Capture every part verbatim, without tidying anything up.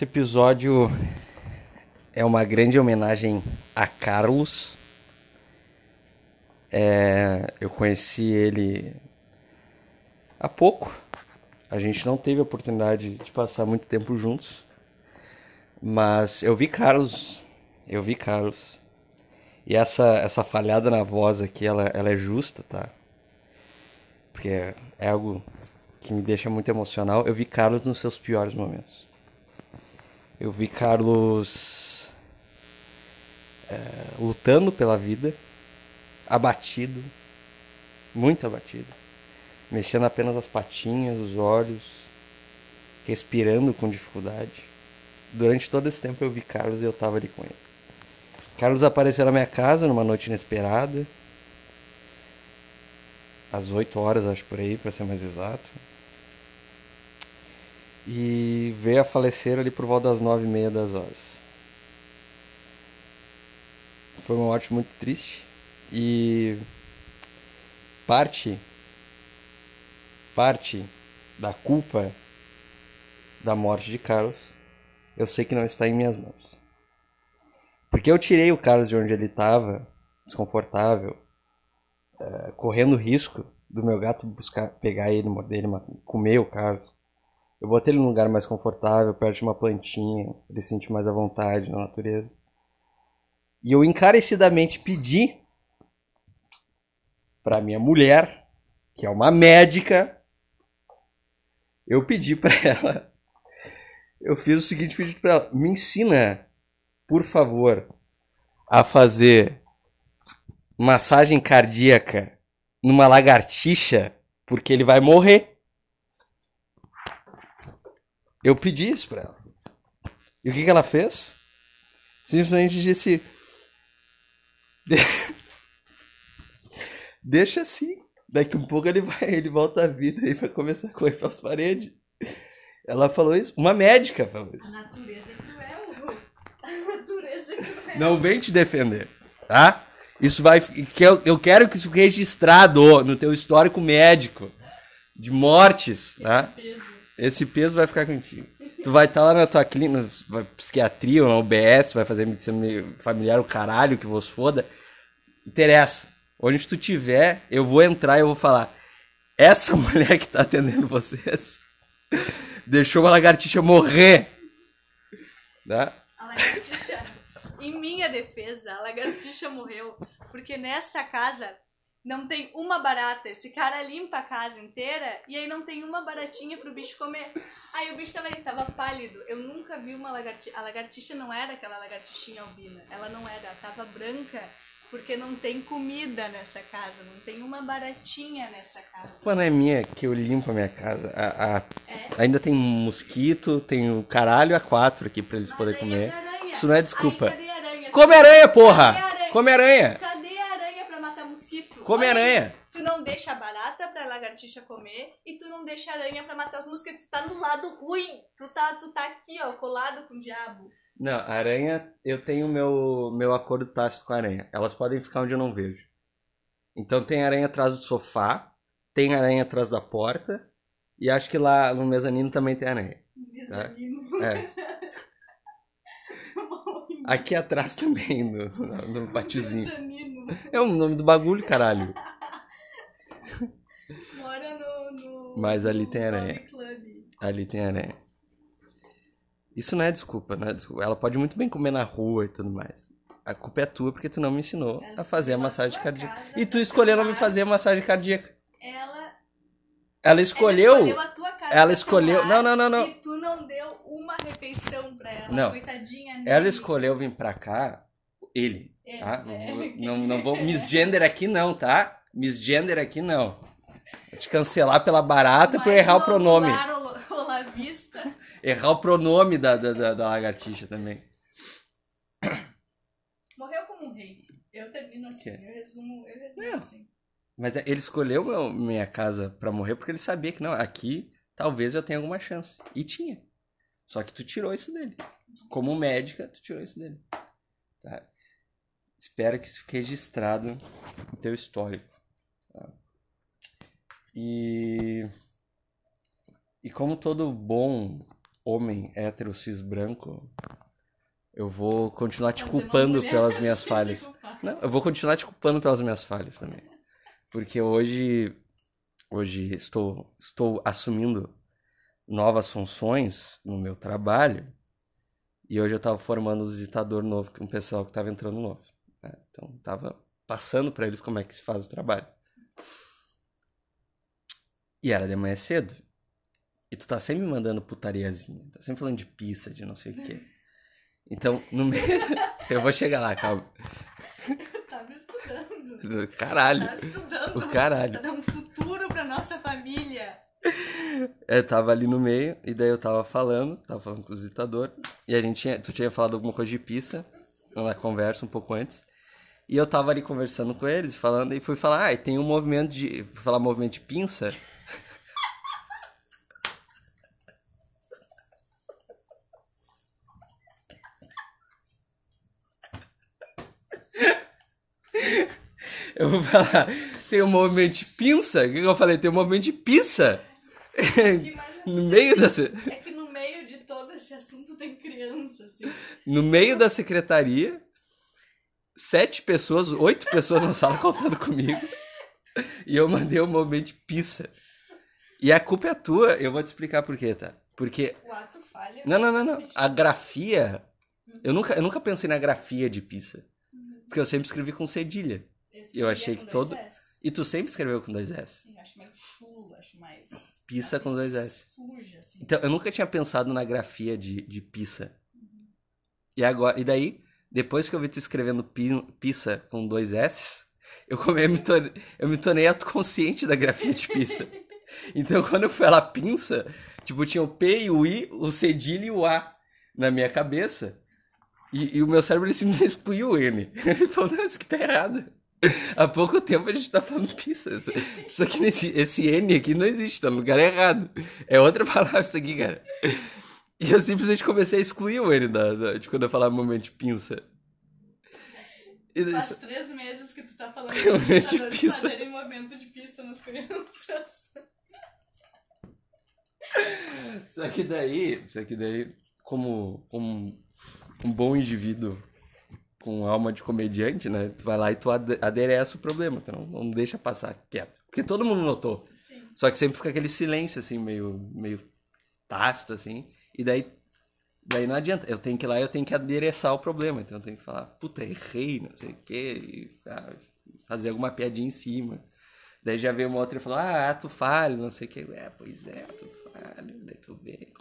Esse episódio é uma grande homenagem a Carlos. É, eu conheci ele há pouco. A gente não teve a oportunidade de passar muito tempo juntos. Mas eu vi Carlos. Eu vi Carlos. E essa, essa falhada na voz aqui, ela, ela é justa, tá? Porque é, é algo que me deixa muito emocional. Eu vi Carlos nos seus piores momentos. Eu vi Carlos é, lutando pela vida, abatido, muito abatido, mexendo apenas as patinhas, os olhos, respirando com dificuldade. Durante todo esse tempo eu vi Carlos e eu tava ali com ele. Carlos apareceu na minha casa numa noite inesperada, às oito horas, acho por aí, para ser mais exato. E veio a falecer ali por volta das nove e meia das horas. Foi uma morte muito triste. E parte, parte da culpa da morte de Carlos, eu sei que não está em minhas mãos. Porque eu tirei o Carlos de onde ele estava, desconfortável, uh, correndo risco do meu gato buscar pegar ele, morder ele, comer o Carlos. Eu botei ele num lugar mais confortável, perto de uma plantinha, ele se sentir mais à vontade na natureza. E eu encarecidamente pedi para minha mulher, que é uma médica, eu pedi para ela, eu fiz o seguinte pedido para ela: me ensina, por favor, a fazer massagem cardíaca numa lagartixa, porque ele vai morrer. Eu pedi isso pra ela. E o que, que ela fez? Simplesmente disse: deixa assim. Daqui um pouco ele vai, ele volta à vida e vai começar a correr pelas paredes. Ela falou isso. Uma médica falou isso. A natureza é cruel. A natureza é cruel. Não vem te defender, tá? Isso vai. Eu quero que isso fique registrado no teu histórico médico de mortes, tá? Esse peso. Esse peso vai ficar contigo. Tu vai estar lá na tua clínica, vai psiquiatria ou na U B S, vai fazer medicina familiar, o caralho que vos foda. Interessa. Onde tu tiver, eu vou entrar e eu vou falar: essa mulher que tá atendendo vocês deixou uma lagartixa morrer. Tá? A lagartixa, em minha defesa, a lagartixa morreu porque nessa casa não tem uma barata. Esse cara limpa a casa inteira e aí não tem uma baratinha pro bicho comer. Aí o bicho tava, tava pálido. Eu nunca vi uma lagartixa. A lagartixa não era aquela lagartixinha albina. Ela não era, ela tava branca. Porque não tem comida nessa casa, não tem uma baratinha nessa casa. Pô, não é minha que eu limpo a minha casa. A, a... É? Ainda tem mosquito, tem o caralho a quatro aqui pra eles Mas poderem aí comer. é aranha. Isso não é desculpa. Aí, cadê a aranha? Come aranha, porra! Cadê a aranha? Come aranha! Cadê a aranha pra matar mosquito? Come Olha aí, aranha! tu não deixa a barata pra lagartixa comer e tu não deixa a aranha pra matar os mosquitos. Tu tá no lado ruim. Tu tá, tu tá aqui, ó, colado com o diabo. Não, a aranha, eu tenho meu, meu acordo tácito com a aranha. Elas podem ficar onde eu não vejo. Então tem aranha atrás do sofá, tem aranha atrás da porta, e acho que lá no mezanino também tem aranha. Mezanino. Tá? É. Aqui atrás também, no, no, no patizinho. Mezanino. É o nome do bagulho, caralho. Mora no, no... Mas ali no tem aranha. Club. Ali tem aranha. Isso não é desculpa, não é desculpa. Ela pode muito bem comer na rua e tudo mais. A culpa é tua porque tu não me ensinou Ela a fazer a escolheu a massagem tua cardíaca. casa E tu pra escolheu não me celular. fazer a massagem cardíaca. Ela, Ela escolheu. ela escolheu a tua casa Ela pra escolheu. celular Não, não, não, não. E tu não deu uma refeição pra ela, Não. coitadinha. Ela nele. escolheu vir pra cá. Ele, É, tá? Não, é. vou- não, não vou. Misgender aqui não, tá? Misgender aqui não. Vou te cancelar pela barata por Mas errar o no pronome. Lar Olo- Olavista. Errar o pronome da, da, da, da lagartixa também. Morreu como um rei. Eu termino assim, Que? eu resumo, eu resumo É. assim. Mas ele escolheu meu- minha casa pra morrer porque ele sabia que não, aqui talvez eu tenha alguma chance. E tinha. Só que tu tirou isso dele. Como médica, tu tirou isso dele. Tá? Espero que isso fique registrado no teu histórico. Tá? E... E como todo bom homem hétero cis branco, eu vou continuar te Fazer uma culpando mulher pelas minhas se falhas. desculpar. Não, eu vou continuar te culpando pelas minhas falhas também. Porque hoje, hoje estou, estou assumindo novas funções no meu trabalho. E hoje eu tava formando um visitador novo, um pessoal que tava entrando novo. Né? Então, tava passando pra eles como é que se faz o trabalho. E era de manhã cedo. E tu tá sempre me mandando putariazinha. Tá sempre falando de pizza, de não sei o quê. Então, no meio... Eu vou chegar lá, calma. Eu tava estudando. Caralho. Tava estudando. O caralho. Pra dar um futuro pra nossa família. Eu tava ali no meio, e daí eu tava falando, tava falando com o visitador, e a gente tinha, tu tinha falado alguma coisa de pizza na conversa um pouco antes, e eu tava ali conversando com eles, falando, e fui falar, ah, e tem um movimento de, fui falar movimento de pinça. Eu vou falar, tem um movimento de pinça? O que que eu falei? Tem um movimento de pizza. No meio da... É que no meio de todo esse assunto tem criança, assim. No meio da secretaria, sete pessoas, oito pessoas na sala contando comigo. E eu mandei um movimento de pizza. E a culpa é tua, eu vou te explicar por quê, tá? Porque... O ato falha. Não, não, não, não. A grafia... Eu nunca, eu nunca pensei na grafia de pizza. Porque eu sempre escrevi com cedilha. Eu achei que todo... E tu sempre escreveu com dois S. Sim, acho mais chulo, acho mais... Pizza com dois S. Suja, assim. Então, eu nunca tinha pensado na grafia de, de pizza. Uhum. E agora, e daí, depois que eu vi tu escrevendo pi, pizza com dois S, eu, come, eu, me tornei, eu me tornei autoconsciente da grafia de pizza. Então, quando eu fui falar pinça, tipo, tinha o P e o I, o cedilha e o A na minha cabeça. E, e o meu cérebro, ele simplesmente excluiu o N. Ele falou, não, isso aqui tá errado. Há pouco tempo a gente tá falando pizza. Isso aqui, esse, esse N aqui não existe, tá no lugar errado. É outra palavra isso aqui, cara. E eu simplesmente comecei a excluir o N da, da, de quando eu falava momento de pinça. E Faz isso... três meses que tu tá falando de pizza. Fazerem momento de pizza nas crianças. Só que daí, só que daí, como, como um bom indivíduo com alma de comediante, né? Tu vai lá e tu adereça o problema, tu não, não deixa passar quieto. Porque todo mundo notou. Sim. Só que sempre fica aquele silêncio, assim, meio, meio tácito, assim. E daí, daí não adianta. Eu tenho que ir lá e eu tenho que adereçar o problema. Então eu tenho que falar, puta, errei, não sei o quê. E ah, fazer alguma piadinha em cima. Daí já veio uma outra e falou, ah, ato falho, não sei o quê. É, pois é, ato falho. Daí tu vê.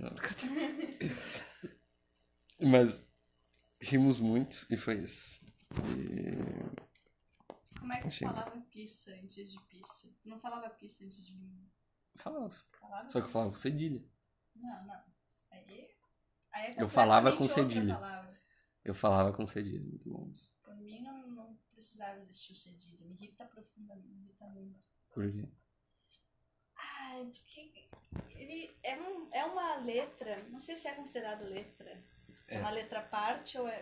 Mas... rimos muito e foi isso. E... Como é que tu falava pizza antes de pizza? Tu não falava pizza antes de mim? Falava. falava Só que eu falava com cedilha. Não, não. Aí, aí é eu falava com outra cedilha. palavra. Eu falava com cedilha. Muito bom. Por mim não, não precisava existir o cedilha. Me irrita profundamente. Me irrita muito. Por quê? Ai, porque ele é, um, é uma letra. Não sei se é considerado letra. É uma letra parte ou é...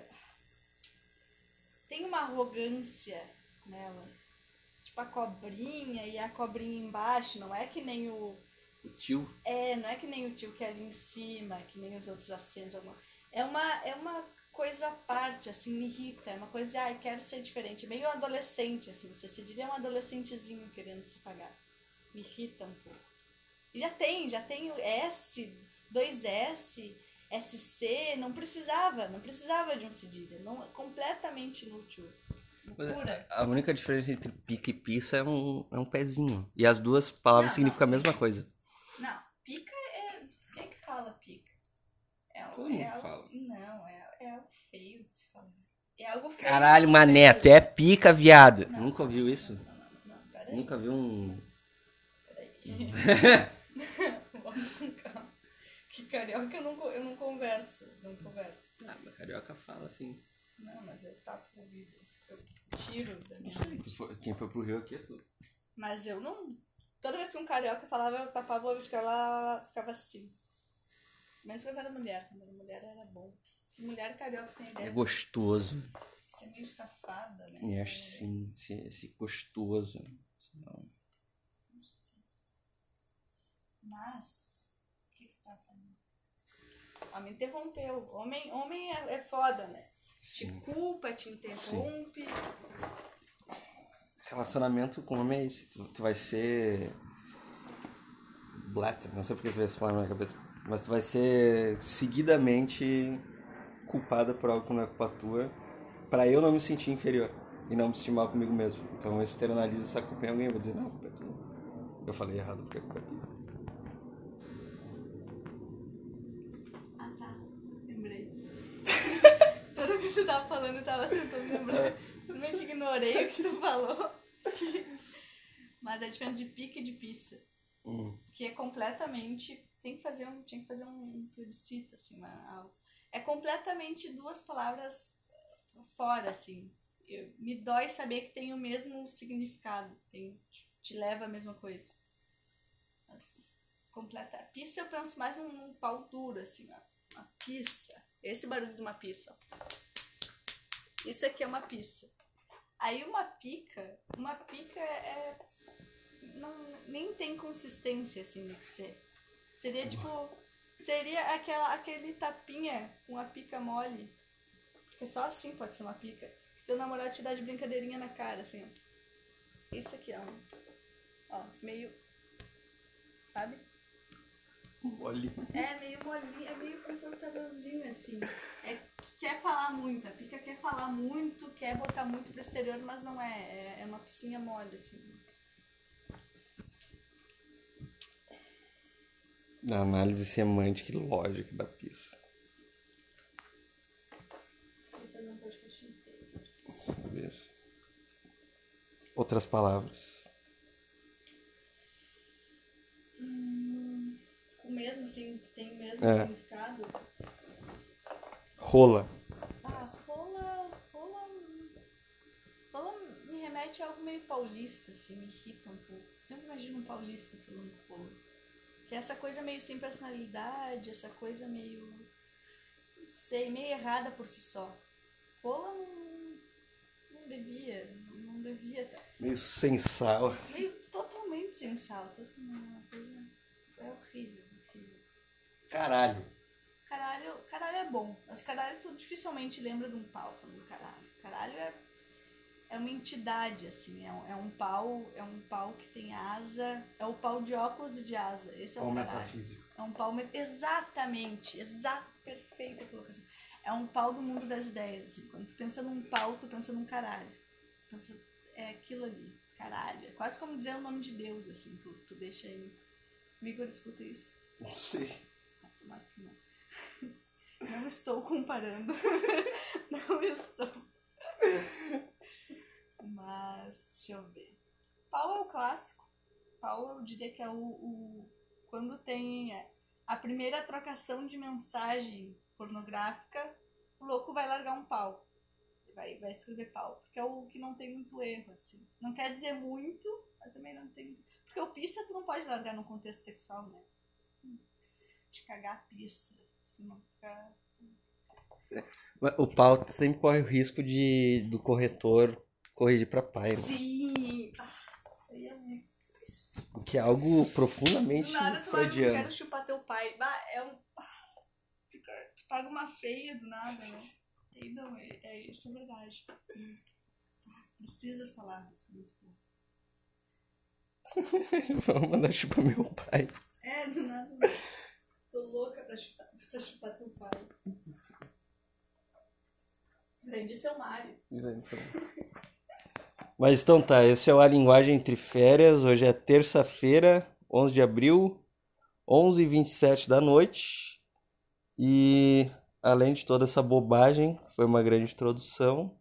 Tem uma arrogância nela. Tipo a cobrinha e a cobrinha embaixo. Não é que nem o... O tio? É, não é que nem o tio que é ali em cima, que nem os outros acentos. É uma, é uma coisa à parte, assim, me irrita. É uma coisa de, ai, quero ser diferente. Meio adolescente, assim. Você se diria um adolescentezinho querendo se pagar. Me irrita um pouco. E já tem, já tem o S, dois S... S C, não precisava, não precisava de um cedilha, não, completamente inútil. A, a única diferença entre pica e pizza é um, é um pezinho. E as duas palavras não, significam não, a mesma coisa. Não, pica é... Quem é que fala pica? É, Todo é mundo algo, fala. Não, é, é algo feio de se falar. É algo feio. Caralho, mané, tu é pica, viado. Não, Nunca ouviu isso? Não, não, não, não, peraí. Nunca viu um... Peraí. Vamos com calma. Que carioca eu não, eu não converso, não converso. Ah, mas carioca fala assim. Não, mas eu tapo o ouvido. Eu tiro da minha mente. Foi, quem foi pro Rio aqui é tu. Mas eu não... Toda vez que um carioca falava, eu tapava o ouvido, ficava, ficava assim. Menos quando eu era mulher. Quando eu era mulher era bom. Mulher carioca tem ideia. É gostoso. Você é meio safada, né? Eu acho sim, esse, esse gostoso. Não. Não sei. Mas... O que que tá falando? Ela me interrompeu. Homem, homem é, é foda, né? Sim. Te culpa, te interrompe. Relacionamento com homem é isso. Tu, tu vai ser... Blatter, não sei porque veio essa palavra na minha cabeça. Mas tu vai ser seguidamente culpada por algo que não é culpa tua, pra eu não me sentir inferior e não me sentir mal comigo mesmo. Então eu externalizo essa culpa em alguém, eu vou dizer, não, a culpa é tua. Eu falei errado porque a culpa é tua. Ah, tá. Lembrei. Tudo que tu tava falando, eu tava tentando lembrar. Simplesmente ignorei o que tu falou. Mas é diferente de pica e de pizza. Hum. Que é completamente... Tem que fazer um, tinha que fazer um plebiscito, assim, uma, é completamente duas palavras fora, assim. Eu, me dói saber que tem o mesmo significado, tem, te leva a mesma coisa. Mas, completa. Pizza eu penso mais num, num pau duro, assim, ó. Uma pizza. Esse barulho de uma pizza, ó. Isso aqui é uma pizza. Aí uma pica, uma pica é... Não, nem tem consistência, assim, do que ser. Seria tipo... Seria aquela, aquele tapinha com a pica mole. Porque só assim pode ser uma pica. Teu namorado te dá de brincadeirinha na cara, assim, ó. Isso aqui, ó. Ó, meio... Sabe? Molinho. É, meio molinho, é meio confortávelzinho, assim. É, quer falar muito, a pica quer falar muito, quer botar muito pro exterior, mas não é. É, é uma piscinha mole, assim. Na análise semântica e lógica da pizza. Isso. Outras palavras. Hum, o mesmo, assim, tem o mesmo É. significado. Rola. Ah, rola, rola... Rola me remete a algo meio paulista, assim, me irrita um pouco. Sempre imagino um paulista falando rola. Que é essa coisa meio sem personalidade, essa coisa meio... Não sei, meio errada por si só. Rola não, não devia, não devia... Meio sem sal. Meio totalmente sem sal. Uma coisa... É horrível, horrível. Caralho. Caralho, caralho é bom, mas caralho tu dificilmente lembra de um pau falando caralho. Caralho é, é uma entidade, assim, é um, é um pau, é um pau que tem asa, é o pau de óculos e de asa, esse é o caralho. Metafísico. É um pau, met... exatamente, exato, perfeita colocação. É um pau do mundo das ideias, assim, quando tu pensa num pau, tu pensa num caralho. Pensa, é aquilo ali, caralho, é quase como dizer o nome de Deus, assim, tu, tu deixa aí. Comigo eu discuto isso. Não sei. Não, não. Não estou comparando. Não estou. Mas, deixa eu ver. Pau é o clássico. Pau eu diria que é o, o... Quando tem a primeira trocação de mensagem pornográfica, o louco vai largar um pau. Vai, vai escrever pau. Porque é o que não tem muito erro, assim. Não quer dizer muito, mas também não tem... Porque o pizza tu não pode largar no contexto sexual, né? De cagar a pizza. Senão fica... O pau sempre corre o risco de do corretor corrigir pra pai, né? Sim! Ah, isso aí é muito... O que é algo profundamente Do nada tu vai, eu freudiano. quero chupar teu pai. Bah, é um... Tu paga uma feia do nada, né? E não, é, é isso, é verdade. Precisa as palavras. Vamos mandar chupar meu pai. É, do nada. Tô louca pra chupar, pra chupar teu pai. Grande seu Mário. Mas então tá, esse é o A Linguagem Entre Férias. Hoje é terça-feira, onze de abril, onze e vinte e sete da noite. E além de toda essa bobagem, foi uma grande introdução.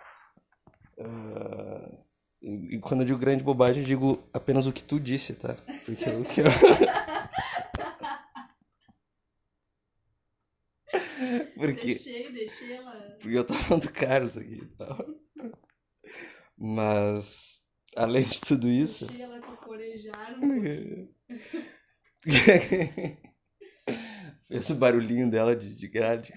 Uh, e, e quando eu digo grande bobagem, eu digo apenas o que tu disse, tá? Porque o que eu... Porque... Deixei, deixei ela... Porque eu tava falando caro isso aqui e tal. Mas, além de tudo isso... Deixei ela cocorejar um pouquinho. Fez o barulhinho dela de, de grade.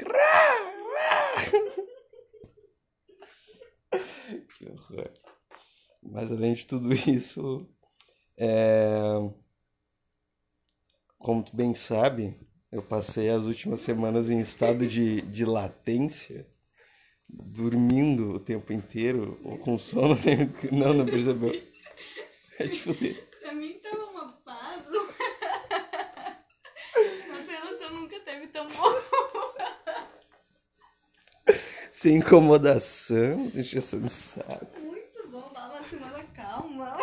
Que horror. Mas, além de tudo isso... É... Como tu bem sabe, Eu passei as últimas semanas em estado de, de latência, dormindo o tempo inteiro, ou com sono. Não, não percebeu. É de fuder. Pra mim tava uma paz. Nossa relação nunca teve tão boa. Sem incomodação, sem encheção de saco. Muito bom, tava uma semana calma.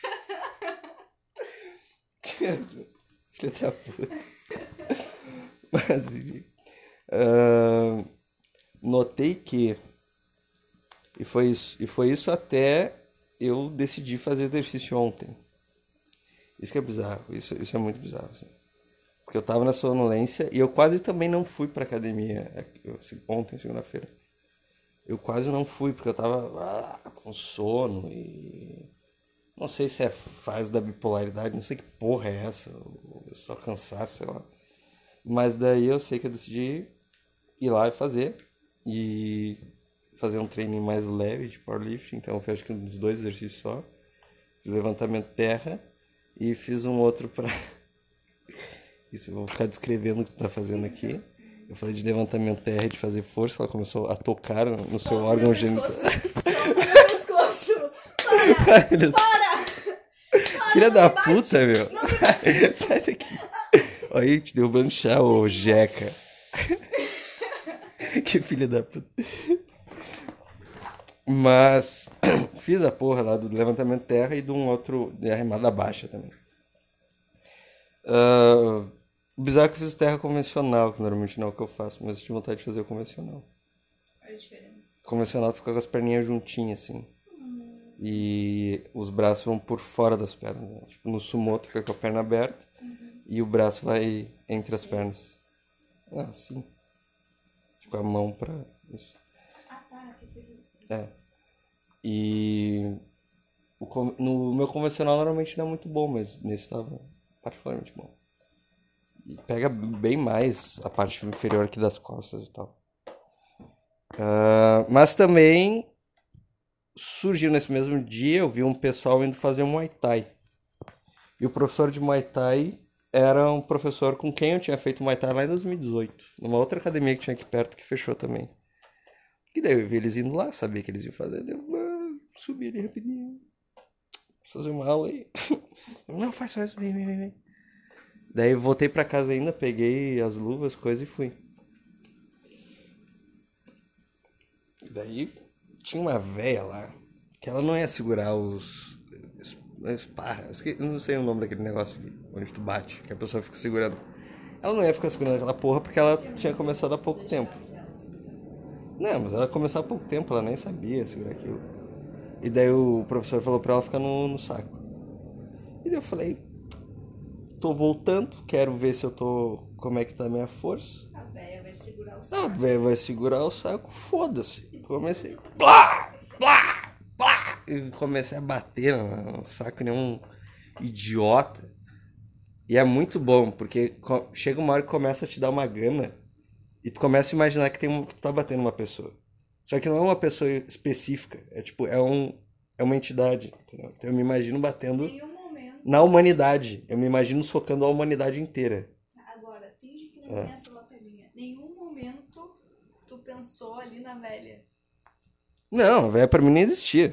Filha da puta. Mas, enfim. Uh, notei que. E foi isso. E foi isso até eu decidi fazer exercício ontem. Isso que é bizarro. Isso, isso é muito bizarro. Assim. Porque eu tava na sonolência e eu quase também não fui pra academia ontem, segunda-feira. Eu quase não fui, porque eu tava ah, com sono e... Não sei se é fase da bipolaridade, não sei que porra é essa, ou é só cansaço, sei lá. Mas daí eu sei que eu decidi ir lá e fazer. E fazer um treininho mais leve de powerlifting, então eu fiz acho que uns dois exercícios só. Fiz levantamento terra e fiz um outro pra... Isso, eu vou ficar descrevendo o que tu tá fazendo aqui. Eu falei de levantamento terra e de fazer força, ela começou a tocar no seu Só órgão genital. Só pro meu pescoço! Para! Para! Para! Filha não da me bate. puta, meu! Não me bate. Sai daqui! Olha aí, te derrubando chá, ô jeca! Que filha da puta! Mas fiz a porra lá do levantamento terra e de um outro de arremada baixa também. Uh, o bizarro é que eu fiz terra convencional, que normalmente não é o que eu faço, mas eu tive vontade de fazer o convencional. Qual a diferença? Convencional tu fica com as perninhas juntinhas assim. Hum. E os braços vão por fora das pernas. Né? Tipo, no sumô tu fica com a perna aberta uhum. E o braço vai entre as Sim. pernas. Ah, assim. Tipo, a mão pra isso. Ah, tá. É. E o, no meu convencional normalmente não é muito bom, mas nesse tava particularmente bom. E pega bem mais a parte inferior aqui das costas e tal. Uh, mas também surgiu nesse mesmo dia, eu vi um pessoal indo fazer um Muay Thai. E o professor de Muay Thai era um professor com quem eu tinha feito Muay Thai lá em dois mil e dezoito. Numa outra academia que tinha aqui perto, que fechou também. E daí eu vi eles indo lá, sabia que eles iam fazer. Daí eu ah, subi ali rapidinho. Fazer uma aula aí. Não, faz só isso, vem, vem, vem. Daí eu voltei pra casa ainda, peguei as luvas, coisas e fui. Daí tinha uma véia lá, que ela não ia segurar os... esparras, eu não sei o nome daquele negócio aqui, onde tu bate, que a pessoa fica segurando. Ela não ia ficar segurando aquela porra porque ela tinha começado há pouco tempo. Não, mas ela começou há pouco tempo, ela nem sabia segurar aquilo. E daí o professor falou pra ela ficar no, no saco. E daí eu falei, tô voltando, quero ver se eu tô... como é que tá a minha força. A véia vai segurar o saco. A véia vai segurar o saco, foda-se. Comecei, blá, blá, blá. E comecei a bater no, no saco, nem um idiota. E é muito bom, porque chega uma hora que começa a te dar uma gana e tu começa a imaginar que, tem um, que tu tá batendo uma pessoa. Só que não é uma pessoa específica, é tipo, é, um, é uma entidade, entendeu? Então eu me imagino batendo na humanidade, eu me imagino socando a humanidade inteira. Agora, finge que não é. Tem essa lapelinha. Nenhum momento tu pensou ali na velha. Não, a velha pra mim nem existia.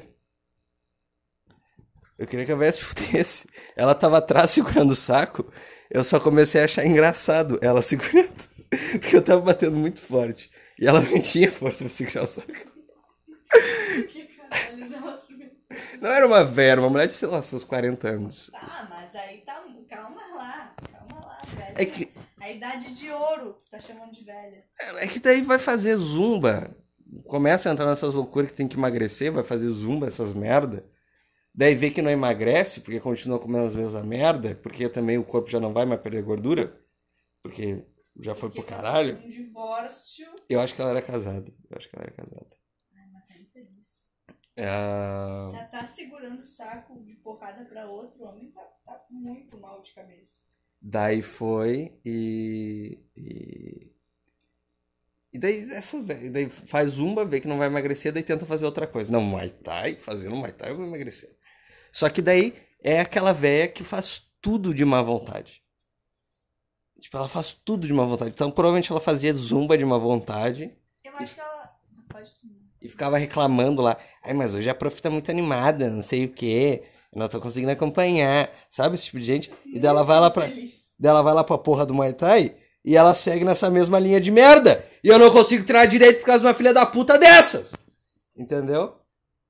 Eu queria que a velha se fudesse. Ela tava atrás segurando o saco, eu só comecei a achar engraçado ela segurando. Porque eu tava batendo muito forte. E ela não tinha força pra segurar o saco. Que caralho, nossa. Não era uma velha, era uma mulher de, sei lá, seus quarenta anos. Tá, mas aí tá... Calma lá, calma lá, velha. É que... A idade de ouro que tá chamando de velha. É que daí vai fazer zumba. Começa a entrar nessas loucuras que tem que emagrecer, vai fazer zumba, essas merda. Daí vê que não emagrece, porque continua comendo as mesmas merda, porque também o corpo já não vai mais perder gordura, porque já foi porque pro caralho. Um divórcio. Eu acho que ela era casada. Eu acho que ela era casada. Ai, mas tá infeliz. É... Ela tá segurando o saco de porrada pra outro, o homem tá, tá muito mal de cabeça. Daí foi e... E, e daí, essa, daí faz zumba, vê que não vai emagrecer, daí tenta fazer outra coisa. Não, Muay Thai, fazendo Muay Thai eu vou emagrecer. Só que daí é aquela véia que faz tudo de má vontade. Tipo, ela faz tudo de má vontade. Então, provavelmente ela fazia zumba de má vontade. Eu acho que ela. Pode. E ficava reclamando lá. Ai, mas hoje a prof tá muito animada, não sei o quê. Eu não tô conseguindo acompanhar. Sabe esse tipo de gente? E daí ela vai lá pra. Daí ela vai lá pra porra do Muay Thai e ela segue nessa mesma linha de merda. E eu não consigo treinar direito por causa de uma filha da puta dessas. Entendeu?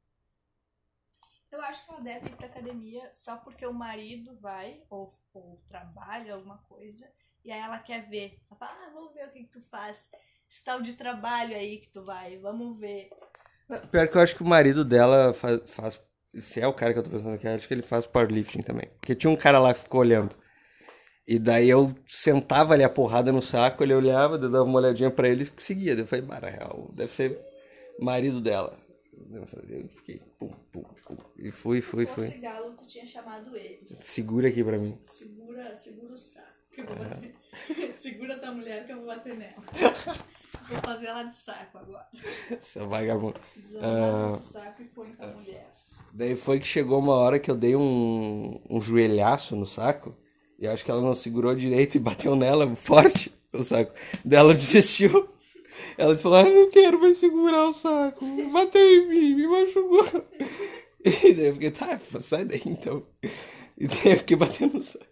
Eu acho que ela deve ir pra academia só porque o marido vai, ou, ou trabalha, alguma coisa, e aí ela quer ver. Ela fala, ah, vamos ver o que, que tu faz. Esse tal de trabalho aí que tu vai, vamos ver. Pior que eu acho que o marido dela faz, faz. Se é o cara que eu tô pensando aqui, eu acho que ele faz powerlifting também. Porque tinha um cara lá que ficou olhando. E daí eu sentava ali a porrada no saco, ele olhava, eu dava uma olhadinha pra ele e seguia. Daí eu falei, bara, real, deve ser marido dela. Eu fiquei, pum, pum, pum. E fui, fui, Se fosse fui. galo, tu tinha chamado ele. Segura aqui pra mim. Segura, segura o saco. Que eu vou bater. Segura tua mulher que eu vou bater nela. Vou fazer ela de saco agora. Essa vagabunda. Desamarra esse saco e põe tua mulher. Daí foi que chegou uma hora que eu dei um, um joelhaço no saco. E acho que ela não segurou direito e bateu nela forte no saco. Daí ela desistiu. Ela falou, ah, eu não quero mais segurar o saco. Bateu em mim, me machucou. E daí eu fiquei, tá, sai daí então. E daí eu fiquei batendo no saco.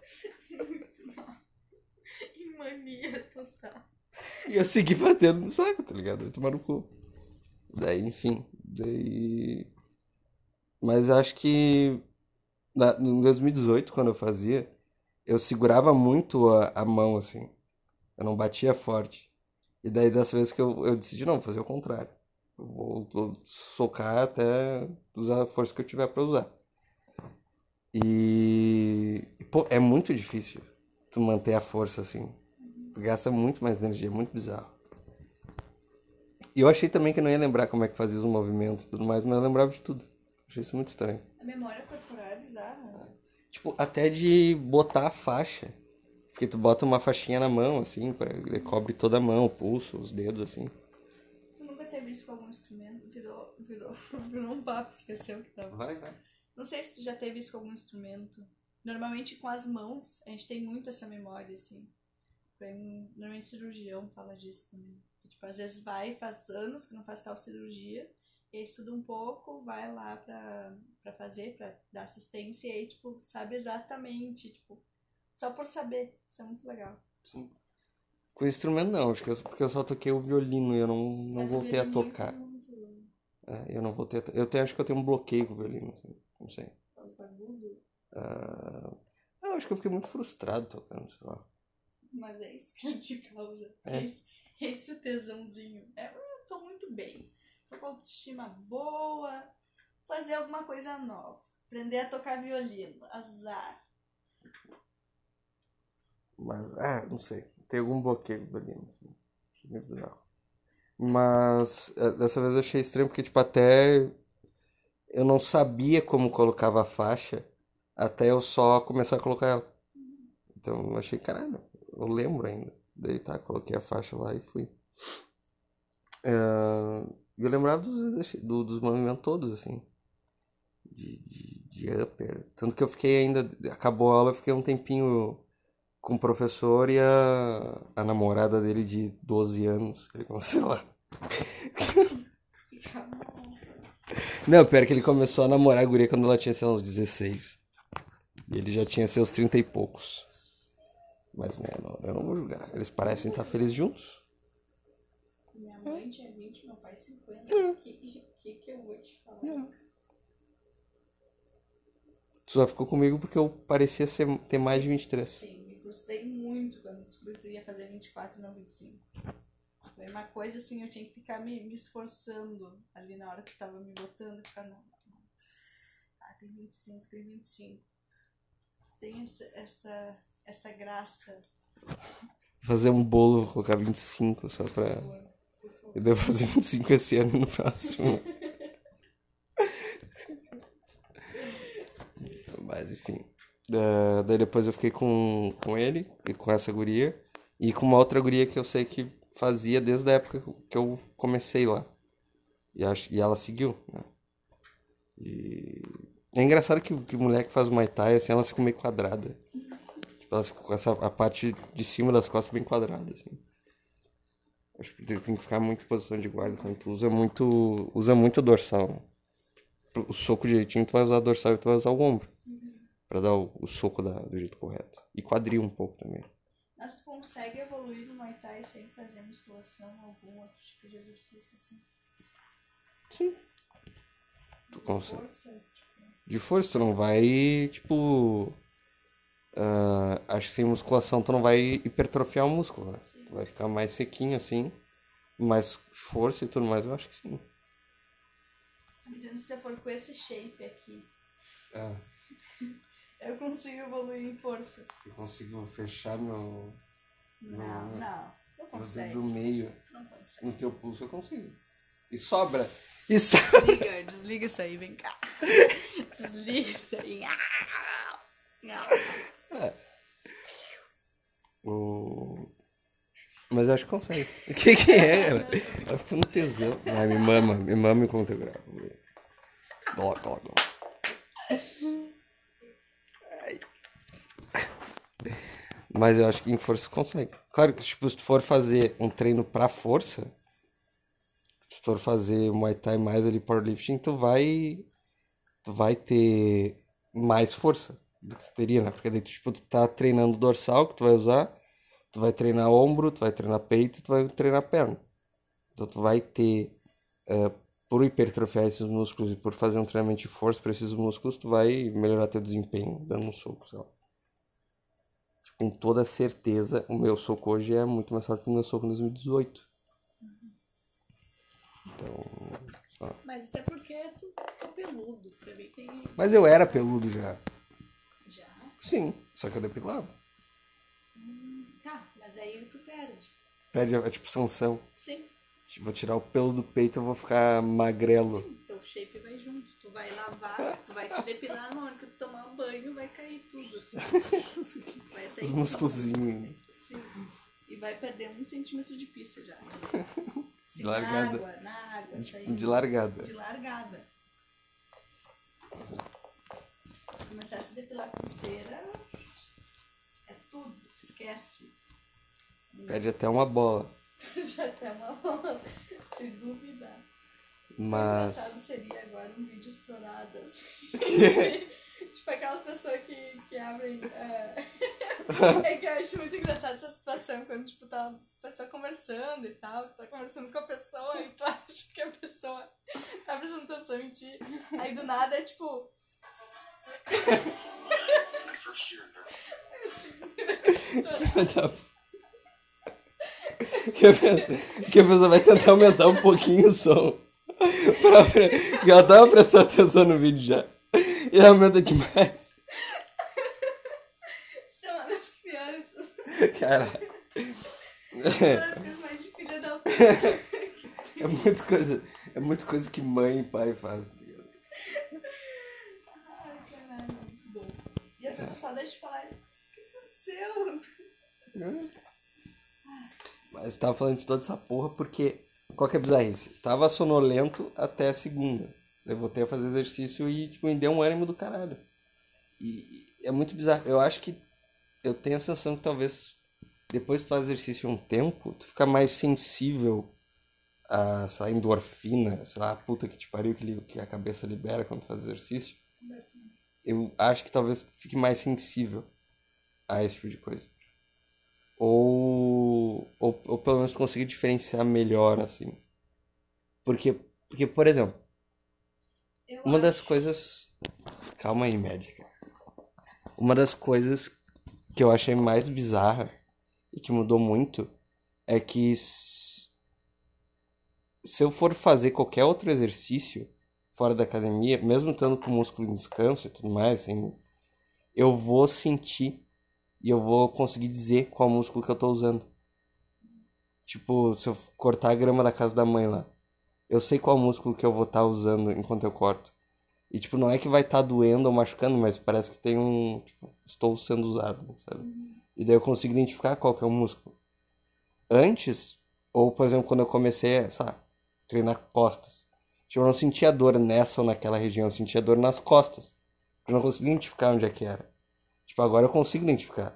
Que mania total. E eu segui batendo no saco, tá ligado? Eu tomar no cu. Daí, enfim. Daí... Mas acho que na, em dois mil e dezoito, quando eu fazia, eu segurava muito a, a mão, assim. Eu não batia forte. E daí, dessa vez que eu, eu decidi, não, fazer o contrário. Eu vou, vou socar até usar a força que eu tiver pra usar. E, pô, é muito difícil tu manter a força, assim. Tu gasta muito mais energia, é muito bizarro. E eu achei também que eu não ia lembrar como é que fazia os movimentos e tudo mais, mas eu lembrava de tudo. Achei isso muito estranho. A memória corporal é bizarra. Tipo, até de botar a faixa. Porque tu bota uma faixinha na mão, assim, pra, ele cobre toda a mão, o pulso, os dedos, assim. Tu nunca teve isso com algum instrumento? Virou, virou, virou um papo, esqueceu que tava. Vai, vai. Não sei se tu já teve isso com algum instrumento. Normalmente com as mãos, a gente tem muito essa memória, assim. Tem, normalmente cirurgião fala disso também. Que, tipo, às vezes vai, faz anos que não faz tal cirurgia, e aí estuda um pouco, vai lá pra, pra fazer, pra dar assistência, e aí, tipo, sabe exatamente, tipo, só por saber. Isso é muito legal. Sim. Com instrumento não, acho que eu, porque eu só toquei o violino e eu não, não Mas voltei a o violino tocar. é muito... É, eu não voltei a to... Eu tenho, acho que eu tenho um bloqueio com o violino, assim, não sei. Os bagulho. Ah, eu acho que eu fiquei muito frustrado tocando, sei lá. Mas é isso que ele te causa. É. É esse, esse o tesãozinho. É, eu tô muito bem. Tô com autoestima boa. Fazer alguma coisa nova. Aprender a tocar violino. Azar. Mas, ah, não sei. Tem algum bloqueio com o violino. Assim. Achei meio bizarro. Mas eh, dessa vez eu achei estranho porque, tipo, até eu não sabia como colocava a faixa até eu só começar a colocar ela. Então eu achei, caralho, eu lembro ainda. Daí tá, coloquei a faixa lá e fui. Ah, eu lembrava dos, exerci- do- dos movimentos todos, assim. De, de, de upper. Tanto que eu fiquei ainda. Acabou a aula, eu fiquei um tempinho com o professor e a, a namorada dele de doze anos. Ele começou lá. Não, pior que ele começou a namorar a guria quando ela tinha, sei lá, uns dezesseis. E ele já tinha seus trinta e poucos. Mas, né, não, eu não vou julgar. Eles parecem estar felizes juntos. Minha mãe tinha vinte, meu pai cinquenta. O que, que, que eu vou te falar? Tu só ficou comigo porque eu parecia ser, ter mais de vinte e três. Sim, me frustrei muito quando descobri que tu ia fazer vinte e quatro e não vinte e cinco. Foi uma coisa assim, eu tinha que ficar me, me esforçando ali na hora que tu tava me botando. Eu ficava, não, não. Ah, tem vinte e cinco, tem vinte e cinco. Tem essa, essa, essa graça. Fazer um bolo, vou colocar vinte e cinco só pra. Eu devo fazer vinte e cinco esse ano e no próximo. Mas enfim. Da- daí depois eu fiquei com, com ele e com essa guria. E com uma outra guria que eu sei que fazia desde a época que eu comecei lá. E, acho, e ela seguiu, né? E é engraçado que, que mulher que faz Muay Thai, assim, elas ficam meio quadrada. Tipo, Elas ficam com essa, a parte de cima das costas bem quadrada, assim. Acho que tem tem que ficar muito em posição de guarda, então tu usa muito, usa muito dorsal, né? O soco direitinho, tu vai usar dorsal e tu vai usar o ombro. Pra dar o, o soco da, do jeito correto. E quadril um pouco também. Mas tu consegue evoluir no Muay Thai sem fazer musculação ou algum outro tipo de exercício assim? Sim. Tu consegue. Força, tipo... De força, tu não vai, tipo... ah, acho que sem musculação tu não vai hipertrofiar o músculo, né? Tu vai ficar mais sequinho assim. Mais força e tudo mais, eu acho que sim. Imagina se você for com esse shape aqui. Ah, Eu consigo evoluir em força. eu consigo fechar meu, Não, Não, não. Não meu consegue. dedo do meio Tu não consegue. no teu pulso, eu consigo. E sobra. E sobra. Desliga, desliga isso aí, vem cá. Desliga isso aí. O... Mas eu acho que consegue. O que que é, cara? Tá ficando tesão. Vai, me mama, me mama enquanto eu gravo. Coloca, coloca. Ai. Mas eu acho que em força consegue. Claro que, tipo, se tu for fazer um treino pra força, se tu for fazer Muay Thai mais ali powerlifting, tu vai, tu vai ter mais força do que tu teria, né? Porque daí tu, tipo, tu tá treinando dorsal que tu vai usar, tu vai treinar ombro, tu vai treinar peito, tu vai treinar perna. Então tu vai ter, eh, por hipertrofiar esses músculos e por fazer um treinamento de força para esses músculos, tu vai melhorar teu desempenho dando um soco, sei lá. Com toda certeza, o meu soco hoje é muito mais forte que o meu soco em dois mil e dezoito. Então, ó. Mas isso é porque tu ficou peludo. Pra mim tem. Mas eu era peludo já. Já? Sim, só que eu depilava. Tá, mas aí tu perde. Perde, é tipo Sansão. Sim. Vou tirar o pelo do peito, eu vou ficar magrelo. Sim, teu shape vai junto. Tu vai lavar, tu vai te depilar, na hora que tu tomar um banho vai cair tudo, assim. Vai sair Os tudo. musculzinhos. Sim. E vai perder um centímetro de pista já. Sim, De largada. Na água, na água. De, saindo de largada. De largada. Se começar a se depilar com cera, é tudo. Esquece. Perde até uma bola. Já até uma bola. Se duvidar. Mas. Engraçado seria agora um vídeo estourado, assim. Tipo aquela pessoa que, que abre. É... é que eu acho muito engraçado essa situação, quando tipo, tá a pessoa conversando e tal, tu tá conversando com a pessoa e tu acha que a pessoa tá prestando atenção em ti. Aí do nada é tipo. que, a, pe- que a pessoa vai tentar aumentar um pouquinho o som. Pra, porque ela tava prestando atenção no vídeo já. E ela aumenta demais. Isso é uma das piores. Cara. Uma das coisas mais de filha da puta. É muita coisa. É muita coisa que mãe e pai fazem, tá ligado? Ai, caralho, muito bom. E a pessoa só deixa de falar. O que aconteceu? Mas tava falando de toda essa porra porque. Qual que é a bizarrice? Tava sonolento até a segunda. Eu voltei a fazer exercício e, tipo, me deu um ânimo do caralho. E é muito bizarro. Eu acho que eu tenho a sensação que talvez depois que tu faz exercício um tempo, tu fica mais sensível a, sei lá, endorfina, sei lá, a puta que te pariu que, li- que a cabeça libera quando tu faz exercício. Eu acho que talvez fique mais sensível a esse tipo de coisa. Ou, ou, ou pelo menos conseguir diferenciar melhor, assim. Porque, porque por exemplo, Eu uma das acho. coisas. Calma aí, médica. Uma das coisas que eu achei mais bizarra e que mudou muito é que s- se eu for fazer qualquer outro exercício fora da academia, mesmo estando com o músculo em descanso e tudo mais, assim, eu vou sentir e eu vou conseguir dizer qual músculo que eu tô usando. Tipo, se eu cortar a grama da casa da mãe lá, eu sei qual músculo que eu vou estar usando enquanto eu corto. E, tipo, não é que vai estar doendo ou machucando, mas parece que tem um... Tipo, estou sendo usado, sabe? E daí eu consigo identificar qual que é o músculo. Antes, ou, por exemplo, quando eu comecei a, sei lá, treinar costas. Tipo, eu não sentia dor nessa ou naquela região, eu sentia dor nas costas. Eu não conseguia identificar onde é que era. Tipo, agora eu consigo identificar.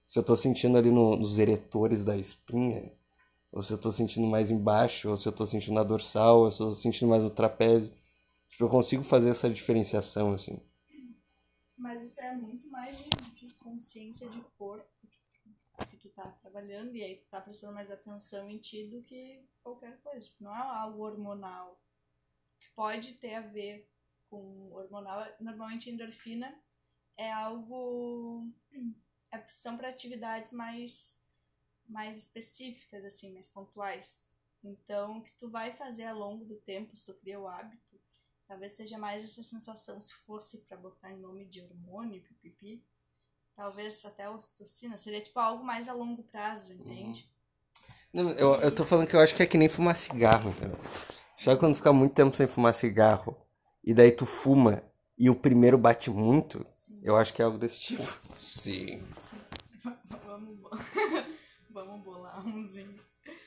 Se eu tô sentindo ali no- nos eretores da espinha, ou se eu tô sentindo mais embaixo, ou se eu tô sentindo na dorsal, ou se eu tô sentindo mais no trapézio. Tipo, eu consigo fazer essa diferenciação, assim. Mas isso é muito mais de, de consciência de corpo, tipo, que tu tá trabalhando e aí tu tá prestando mais atenção em ti do que qualquer coisa. Tipo, não é algo hormonal. Que pode ter a ver com hormonal. Normalmente a endorfina é algo. é- são para atividades mais, mais específicas, assim, mais pontuais. Então, o que tu vai fazer ao longo do tempo, se tu cria o hábito, talvez seja mais essa sensação, se fosse para botar em nome de hormônio, pipipi, talvez até a ocitocina, seria tipo algo mais a longo prazo, entende? Não, eu, eu tô falando que eu acho que é que nem fumar cigarro, entendeu? Sabe quando fica muito tempo sem fumar cigarro, e daí tu fuma, e o primeiro bate muito? Eu acho que é algo desse tipo. Sim. Vamos, vamos bolar umzinho.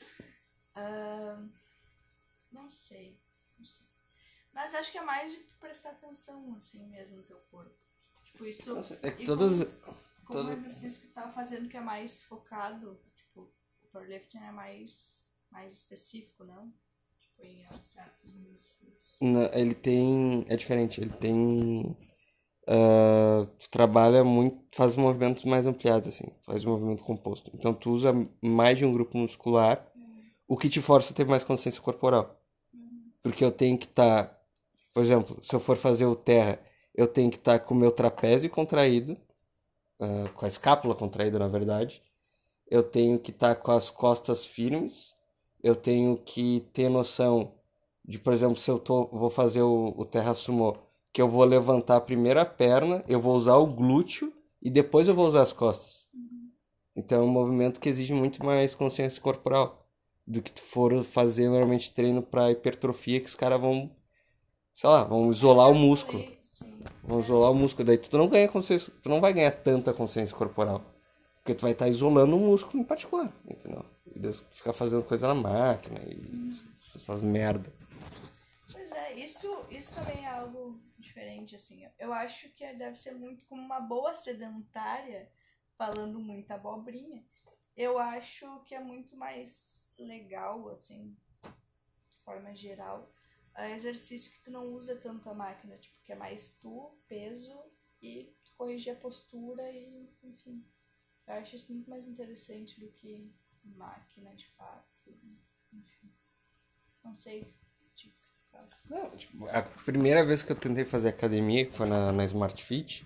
Uh, não sei, não sei. Mas acho que é mais de prestar atenção, assim mesmo, no teu corpo. Tipo, isso. Nossa, é que E todas. como, como todas... um exercício que tu tá fazendo que é mais focado, tipo, o powerlifting é mais, mais específico, não? Tipo, em certos músculos. Não, ele tem. É diferente, ele tem. ah, tu trabalha muito, faz movimentos mais ampliados, assim, faz movimento composto. Então tu usa mais de um grupo muscular, o que te força a ter mais consciência corporal. Porque eu tenho que estar, por exemplo, se eu for fazer o terra, eu tenho que estar com o meu trapézio contraído, ah, com a escápula contraída, na verdade. Eu tenho que estar com as costas firmes. Eu tenho que ter noção de, por exemplo, se eu tô, vou fazer o, o terra sumô, que eu vou levantar primeiro a perna, eu vou usar o glúteo e depois eu vou usar as costas. Então é um movimento que exige muito mais consciência corporal do que tu for fazer normalmente treino para hipertrofia, que os caras vão, sei lá, vão isolar o músculo. Vão isolar o músculo, daí tu não ganha consciência, tu não vai ganhar tanta consciência corporal. Porque tu vai estar isolando um músculo em particular, entendeu? E Deus ficar fazendo coisa na máquina e essas merda. Pois é, isso, isso também é algo diferente, assim. Eu acho que deve ser muito como uma boa sedentária, falando muita abobrinha. Eu acho que é muito mais legal, assim, de forma geral, é exercício que tu não usa tanto a máquina, tipo, que é mais tu, peso e tu corrigir a postura e, enfim. Eu acho isso muito mais interessante do que máquina, de fato. Enfim, não sei o tipo que tu faz. Não, tipo, a primeira vez que eu tentei fazer academia, que foi na, na Smart Fit,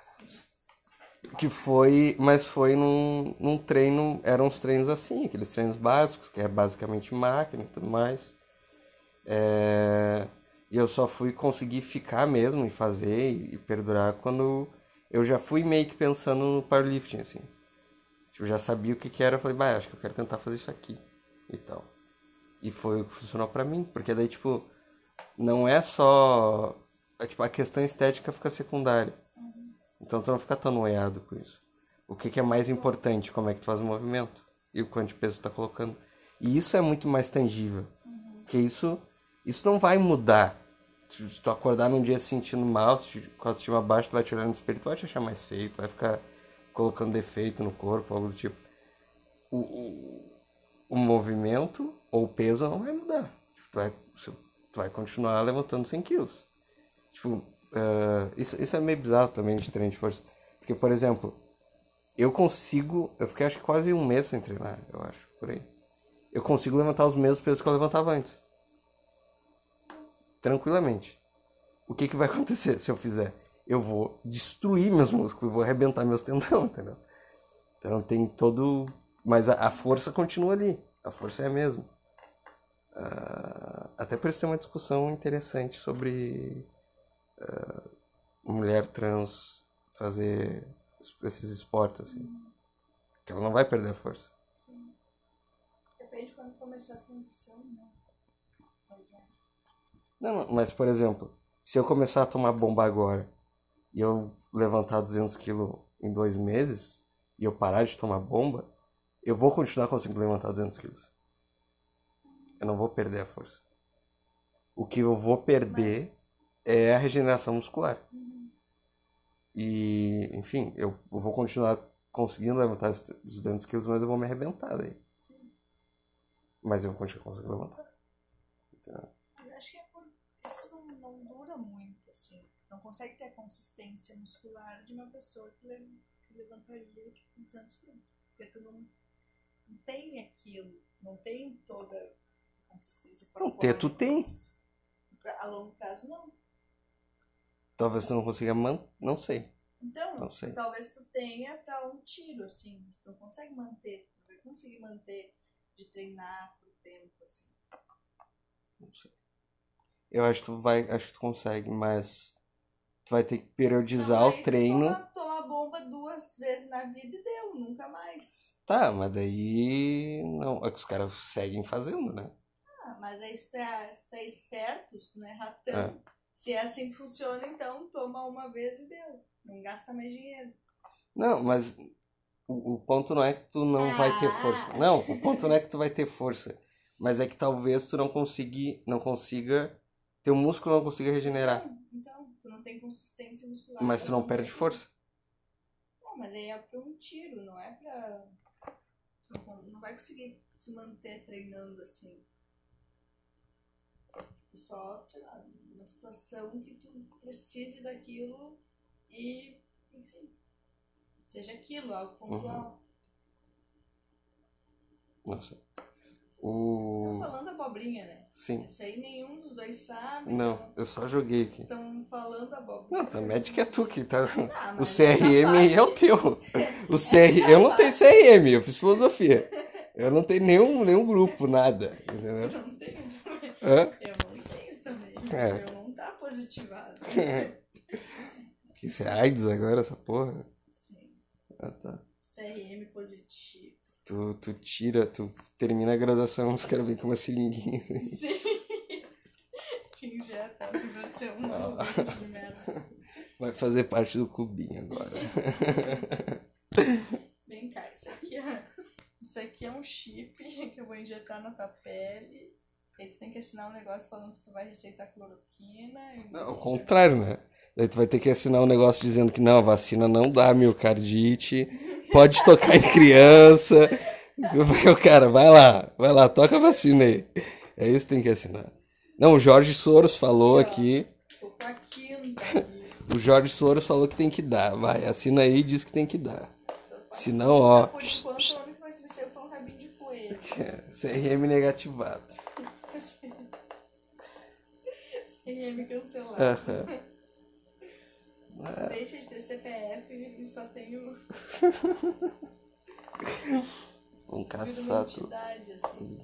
que foi, mas foi num, num treino, eram uns treinos assim, aqueles treinos básicos, que é basicamente máquina e tudo mais. É, e eu só fui conseguir ficar mesmo e fazer e, e perdurar quando eu já fui meio que pensando no powerlifting, assim. Tipo, eu já sabia o que que era, eu falei, bah, acho que eu quero tentar fazer isso aqui e tal. E foi o que funcionou pra mim, porque daí, tipo, não é só. É, tipo, a questão estética fica secundária. Então tu não fica tão noiado com isso. O que, que é mais importante, como é que tu faz o movimento e o quanto de peso tu tá colocando. E isso é muito mais tangível. Porque isso, isso não vai mudar. Se se tu acordar num dia se sentindo mal, se tu- com a autoestima baixa, tu vai te olhar no espelho, tu vai te achar mais feio, tu vai ficar colocando defeito no corpo, algo do tipo. O, o, o movimento ou o peso não vai mudar. Tipo, tu, vai, tu vai continuar levantando cem quilos. Tipo, uh, isso, isso é meio bizarro também de treino de força. Porque, por exemplo, eu consigo. Eu fiquei acho que quase um mês sem treinar, eu acho, por aí. Eu consigo levantar os mesmos pesos que eu levantava antes. Tranquilamente. O que, que vai acontecer se eu fizer? Eu vou destruir meus músculos, vou arrebentar meus tendões, entendeu? Então tem todo. Mas a, a força continua ali. A força é a mesma. Uh, até por isso tem uma discussão interessante sobre uh, mulher trans fazer esses esportes, assim. Que ela não vai perder a força. Sim. Depende de quando começou a transição, né? Pois é. Não, mas por exemplo, se eu começar a tomar bomba agora e eu levantar duzentos quilos em dois meses e eu parar de tomar bomba, eu vou continuar conseguindo levantar duzentos quilos. Eu não vou perder a força. O que eu vou perder mas... é a regeneração muscular. Uhum. E, enfim, eu vou continuar conseguindo levantar os duzentos quilos, mas eu vou me arrebentar daí. Sim. Mas eu vou continuar conseguindo levantar. Então, Eu acho que é por... isso não, não dura muito, assim. Não consegue ter a consistência muscular de uma pessoa que, le... que levantaria tipo, duzentos quilos. Porque tu não, não tem aquilo, não tem toda a consistência não, corporal. ter tu tem. A longo prazo, não. Talvez tu não consiga manter, não sei. Então, Não sei. talvez tu tenha pra um tiro, assim. Mas tu não consegue manter. Tu não vai conseguir manter de treinar por tempo, assim. Não sei. Eu acho que tu vai, acho que tu consegue, mas tu vai ter que periodizar Senão, o aí tu treino. Toma, toma bomba duas vezes na vida e deu, nunca mais. Tá, mas daí não, é que os caras seguem fazendo, né? Ah, mas aí se tu é, se tu é esperto, se tu não é ratão. É. Se é assim que funciona, então toma uma vez e deu. Não gasta mais dinheiro. Não, mas o, o ponto não é que tu não vai ter força. Ah. Não, o ponto não é que tu vai ter força, mas é que talvez tu não consiga, não consiga, teu músculo não consiga regenerar, Então, então, tu não tem consistência muscular. mas tu não tem- perde força. Não, mas aí é pra um tiro, não é pra... tu Não, não vai conseguir se manter treinando assim. Tipo, só, sei lá, uma situação que tu precise daquilo e, enfim, seja aquilo, algo pontual. Nossa. Tô O falando abobrinha, né? sim. Isso aí nenhum dos dois sabe. Não, eu só joguei aqui. Estão falando abobrinha. Não, tá médico é tu que tá. Ah, O mas C R M essa é o parte- teu. O C R M, eu não tenho C R M, eu fiz filosofia. Eu não tenho nenhum, nenhum grupo, nada. Entendeu? Eu não tenho também. Hã? Eu não tenho também. É. Eu não tá positivado. Que isso é AIDS agora, essa porra? Sim. Ah, tá. C R M positivo. Tu, tu tira, tu termina a graduação, os caras vêm com uma seringuinha. Assim. Sim. Te injeta, assim, pra ser um doente de merda. Vai fazer parte do clubinho agora. Vem cá, isso aqui é, isso aqui é um chip que eu vou injetar na tua pele. E aí tu tem que assinar um negócio falando que tu vai receitar cloroquina. E... Não, ao contrário, né? Daí tu vai ter que assinar um negócio dizendo que não, a vacina não dá miocardite, pode tocar em criança. O cara, vai lá, vai lá, toca a vacina aí. É isso que tem que assinar. Não, o Jorge Soros falou aqui. Tô com a quinta aqui. O Jorge Soros falou que tem que dar. Vai, assina aí e diz que tem que dar. Senão, ó. Por enquanto, o único que vai ser foi um rabinho de coelho. C R M negativado. C R M cancelado. Aham. Deixa de ter C P F e só tenho Um uma caçado. entidade, assim.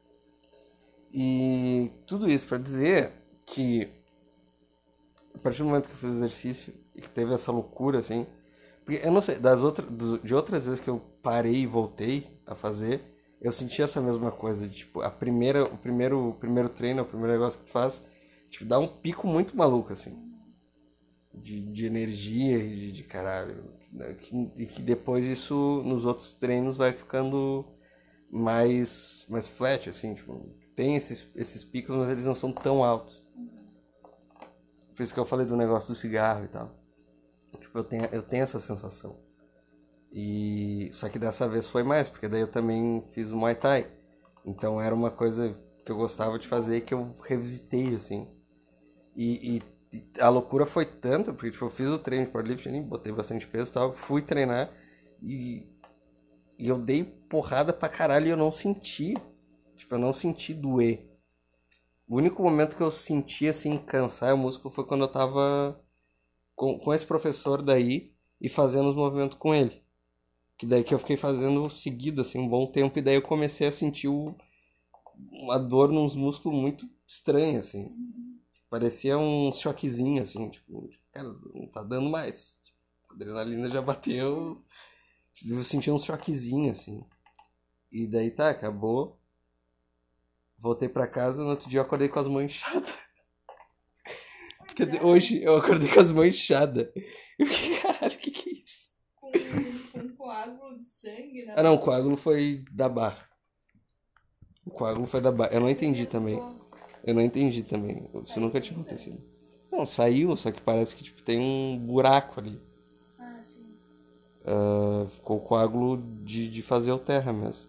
E tudo isso pra dizer que a partir do momento que eu fiz exercício e que teve essa loucura, assim, porque eu não sei, das outras, do- de outras vezes que eu parei e voltei a fazer, eu senti essa mesma coisa, de, tipo, a primeira, o primeiro, o primeiro treino, o primeiro negócio que tu faz, tipo, dá um pico muito maluco, assim, de, de energia e de, de caralho, né, que- e que depois isso, nos outros treinos, vai ficando mais, mais flat, assim, tipo, tem esses, esses picos, mas eles não são tão altos. Por isso que eu falei do negócio do cigarro e tal. Tipo, eu tenho, eu tenho essa sensação. E só que dessa vez foi mais, porque daí eu também fiz o Muay Thai. Então era uma coisa que eu gostava de fazer que eu revisitei, assim. E, e- e a loucura foi tanta, porque tipo, eu fiz o treino de powerlifting, botei bastante peso e tal, fui treinar e, e eu dei porrada pra caralho e eu não senti. Tipo, eu não senti doer. O único momento que eu senti, assim, cansar o músculo foi quando eu tava com, com esse professor daí e fazendo os movimentos com ele. Que daí que eu fiquei fazendo seguido, assim, um bom tempo. E daí eu comecei a sentir o, uma dor nos músculos muito estranha, assim. Parecia um choquezinho, assim, tipo, cara, não tá dando mais. A adrenalina já bateu. Eu senti um choquezinho, assim. E daí tá, acabou. Voltei pra casa, no outro dia eu acordei com as mãos inchadas. Quer dizer, hoje eu acordei com as mãos inchadas. Eu fiquei, caralho, o que que é isso? Com, com um coágulo de sangue, né? Ah não, o coágulo foi da barra. O coágulo foi da barra. Eu não entendi também. Eu não entendi também. Isso nunca tinha acontecido. Não, saiu, só que parece que tipo, tem um buraco ali. Ah, sim. ah, ficou coágulo de, de fazer o terra mesmo.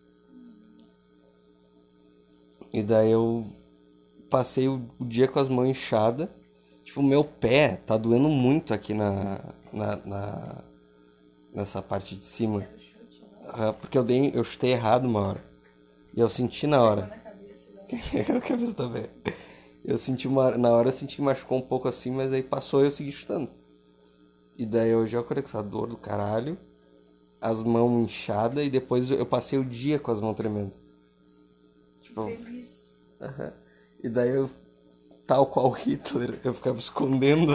E daí eu passei o, o dia com as mãos inchadas. Tipo, o meu pé tá doendo muito aqui na, na, na- nessa parte de cima. É do chute, né? Ah, porque eu dei, eu chutei errado uma hora. E eu senti na Pegou hora. na cabeça, né? A cabeça também. Eu senti uma, na hora eu senti que machucou um pouco assim, mas aí passou e eu segui chutando. E daí eu já acordei com essa dor do caralho, as mãos inchadas e depois eu passei o dia com as mãos tremendo. Que Tipo, feliz. aham. E daí eu, tal qual Hitler, eu ficava escondendo,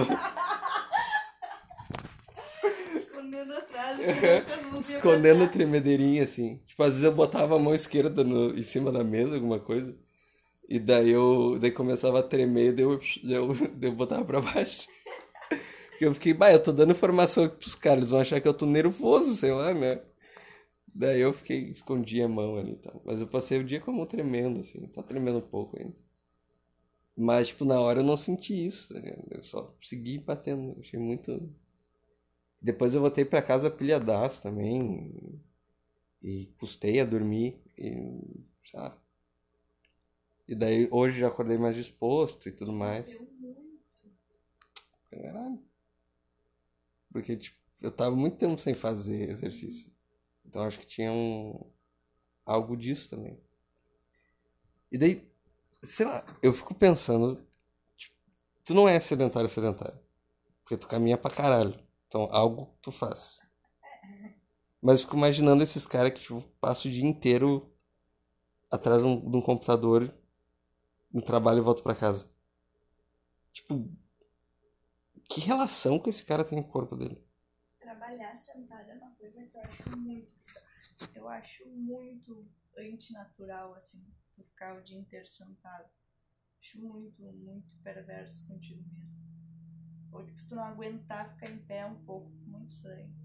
Escondendo atrás, assim, com as mãozinhas pra escondendo trás. tremedeirinha assim. Tipo, às vezes eu botava a mão esquerda no, em cima da mesa, alguma coisa. E daí eu daí começava a tremer, daí eu, daí eu, daí eu botava pra baixo. Porque eu fiquei, bah, eu tô dando informação aqui pros caras, eles vão achar que eu tô nervoso, sei lá, né? Daí eu fiquei, escondi a mão ali e tal. Mas eu passei o dia com a mão tremendo, assim, tá tremendo um pouco ainda. Mas, tipo, na hora eu não senti isso, tá ligado? Eu só segui batendo, achei muito. Depois eu voltei pra casa pilhadaço também, e custei a dormir, e, sei lá. E daí hoje já acordei mais disposto e tudo mais. Bateu muito. Caralho. Porque, tipo, eu tava muito tempo sem fazer exercício. Então acho que tinha um, algo disso também. E daí, sei lá, eu fico pensando, tipo, tu não é sedentário sedentário, porque tu caminha pra caralho. Então, algo tu faz. Mas eu fico imaginando esses caras que, tipo, passam o dia inteiro atrás de um, de um computador, no trabalho e voltam pra casa. Tipo, que relação que esse cara tem com o corpo dele? Trabalhar sentada é uma coisa que eu acho muito bizarra. Eu acho muito antinatural, assim, tu ficar o dia inteiro sentado. Acho muito, muito perverso contigo mesmo. Ou tipo, tu não aguentar ficar em pé um pouco. Muito estranho.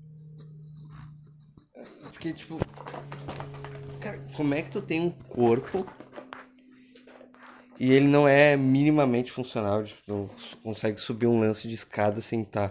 Porque, tipo, cara, como é que tu tem um corpo e ele não é minimamente funcional? Tipo, não consegue subir um lance de escada sem estar.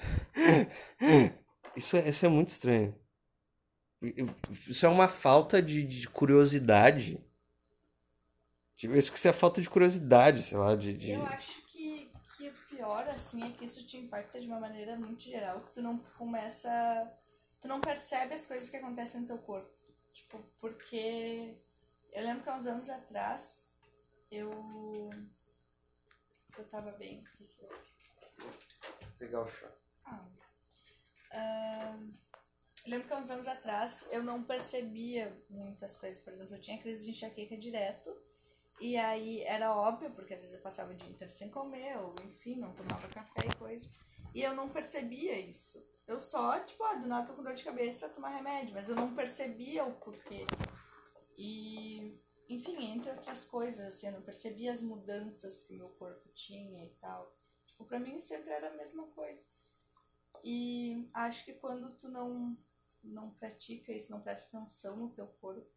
Isso é, isso é muito estranho. Isso é uma falta de, de curiosidade. Tipo, isso que isso é falta de curiosidade, sei lá, de, Eu de... acho que, que o pior, assim, é que isso te impacta de uma maneira muito geral, que tu não começa. Tu não percebe as coisas que acontecem no teu corpo. Tipo, porque eu lembro que há uns anos atrás eu. Eu tava bem. O que que eu. Pegar o chá. Ah. Ah, eu lembro que há uns anos atrás eu não percebia muitas coisas. Por exemplo, eu tinha crise de enxaqueca direto. E aí era óbvio, porque às vezes eu passava o dia inteiro sem comer, ou enfim, não tomava café e coisa. E eu não percebia isso. Eu só, tipo, ah, do nada tô com dor de cabeça, tomar remédio, mas eu não percebia o porquê. E, enfim, entre outras coisas, assim, eu não percebia as mudanças que meu corpo tinha e tal. Tipo, pra mim sempre era a mesma coisa. E acho que quando tu não, não pratica isso, não presta atenção no teu corpo,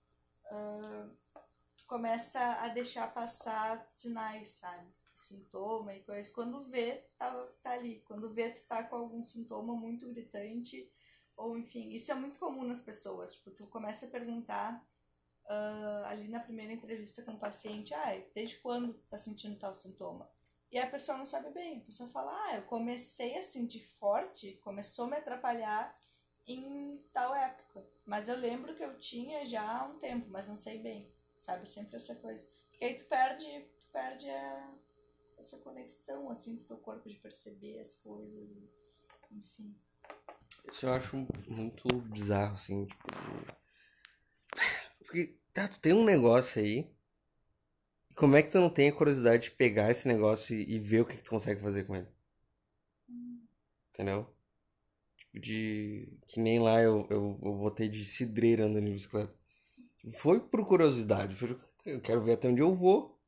começa a deixar passar sinais, sabe? Sintoma e coisas. Quando vê, tá, tá ali. Quando vê, tu tá com algum sintoma muito gritante, ou enfim, isso é muito comum nas pessoas. Tipo, tu começa a perguntar uh, ali na primeira entrevista com o paciente, ah, desde quando tu tá sentindo tal sintoma? E a pessoa não sabe bem. A pessoa fala, ah, eu comecei a sentir forte, começou a me atrapalhar em tal época. Mas eu lembro que eu tinha já há um tempo, mas não sei bem. Sabe? Sempre essa coisa. Porque aí tu perde, tu perde a, essa conexão, assim, com o teu corpo de perceber as coisas. Enfim. Isso eu acho muito bizarro, assim, tipo. Porque, tá, tu tem um negócio aí. E como é que tu não tem a curiosidade de pegar esse negócio e, e ver o que, que tu consegue fazer com ele? Entendeu? Tipo, de. Que nem lá eu, eu, eu voltei de cidreira andando de bicicleta. Foi por curiosidade. Foi, eu quero ver até onde eu vou.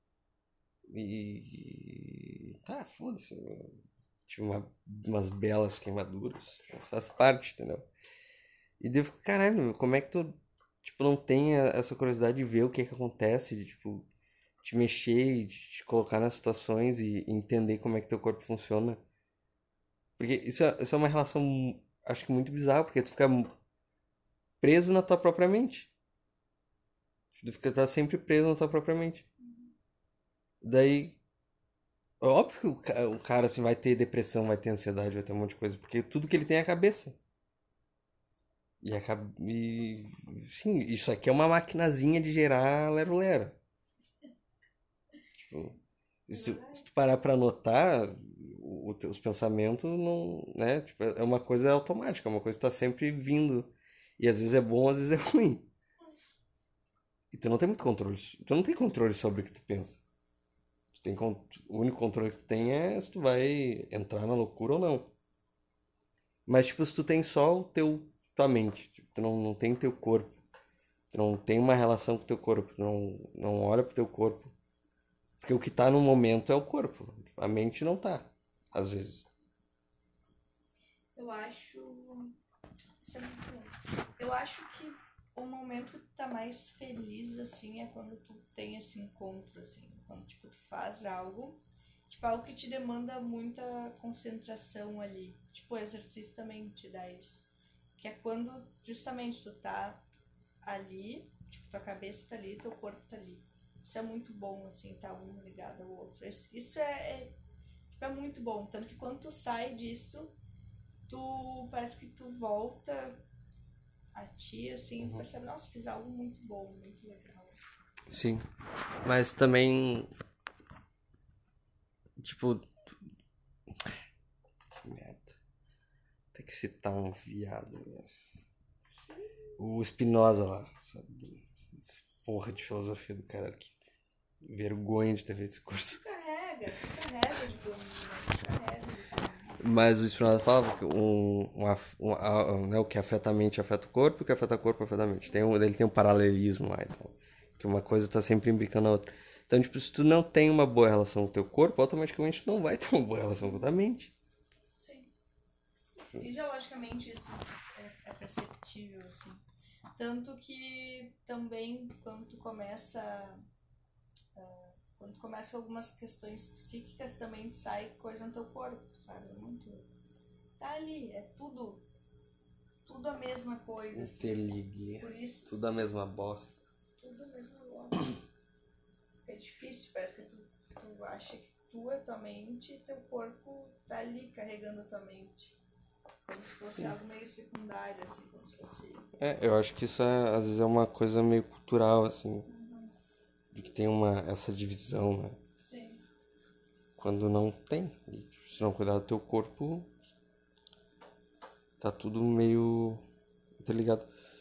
E. Tá, foda-se. Eu tive uma, umas belas queimaduras. Mas faz parte, entendeu? E daí eu fico, caralho, meu, como é que tu, tipo, não tem a- essa curiosidade de ver o que é que acontece, de, tipo, te mexer e te colocar nas situações e entender como é que teu corpo funciona? Porque isso é, isso é uma relação. acho que muito bizarro, porque tu fica preso na tua própria mente. Tu fica tá sempre preso na tua própria mente. Daí, óbvio que o, ca- o cara assim, vai ter depressão, vai ter ansiedade, vai ter um monte de coisa, porque tudo que ele tem é a cabeça. E, a, cab- e sim, isso aqui é uma maquinazinha de gerar lero-lero. Tipo, e É se, verdade. se tu parar pra notar, o- o teu- os pensamentos não, né? Tipo, é uma coisa automática, é uma coisa que tá sempre vindo. E às vezes é bom, às vezes é ruim. E tu não tem muito controle. Tu não tem controle sobre o que tu pensa. Tu tem, con- o único controle que tu tem é se tu vai entrar na loucura ou não. Mas, tipo, se tu tem só o teu, tua mente, tipo, tu não, não tem teu corpo, tu não tem uma relação com o teu corpo, tu não, não olha pro teu corpo. Porque o que tá no momento é o corpo. A mente não tá, às vezes. Eu acho. Isso é muito bom. Eu acho que o momento que tu tá mais feliz, assim, é quando tu tem esse encontro, assim. Quando, tipo, tu faz algo, tipo, algo que te demanda muita concentração ali. Tipo, o exercício também te dá isso. Que é quando, justamente, tu tá ali, tipo, tua cabeça tá ali, teu corpo tá ali. Isso é muito bom, assim, tá um ligado ao outro. Isso, isso é, é, tipo, é muito bom. Tanto que quando tu sai disso, tu parece que tu volta a ti, assim, tu percebe, nossa, fiz algo muito bom, muito legal. Sim. Mas também, tipo, merda. Tem que citar um viado, velho. O Spinoza lá, sabe? Porra de filosofia do caralho. Que vergonha de ter feito esse curso. Carrega, carrega de domínio, carrega de domínio. Mas o Spinoza falava que um, um, af- um, a- a- né, o que afeta a mente afeta o corpo, o que afeta o corpo afeta a mente. Tem um, ele tem um paralelismo lá e tal. Que uma coisa tá sempre imbricando a outra. Então, tipo, se tu não tem uma boa relação com o teu corpo, automaticamente tu não vai ter uma boa relação com a tua mente. Sim. Fisiologicamente isso é, é perceptível, assim. Tanto que também quando tu começa. ah, quando tu começa algumas questões psíquicas, também sai coisa no teu corpo, sabe? É muito. Tá ali, é tudo. Tudo a mesma coisa, assim. Interligue. Por isso. Tudo a mesma bosta. Tudo a mesma coisa. É difícil, parece que tu, tu acha que tu é tua mente e teu corpo tá ali carregando a tua mente. Como se fosse algo meio secundário, assim, como se fosse. É, eu acho que isso é, às vezes é uma coisa meio cultural, assim. De que tem uma, essa divisão, né? Sim. Quando não tem. E, tipo, se não cuidar do teu corpo, tá tudo meio interligado.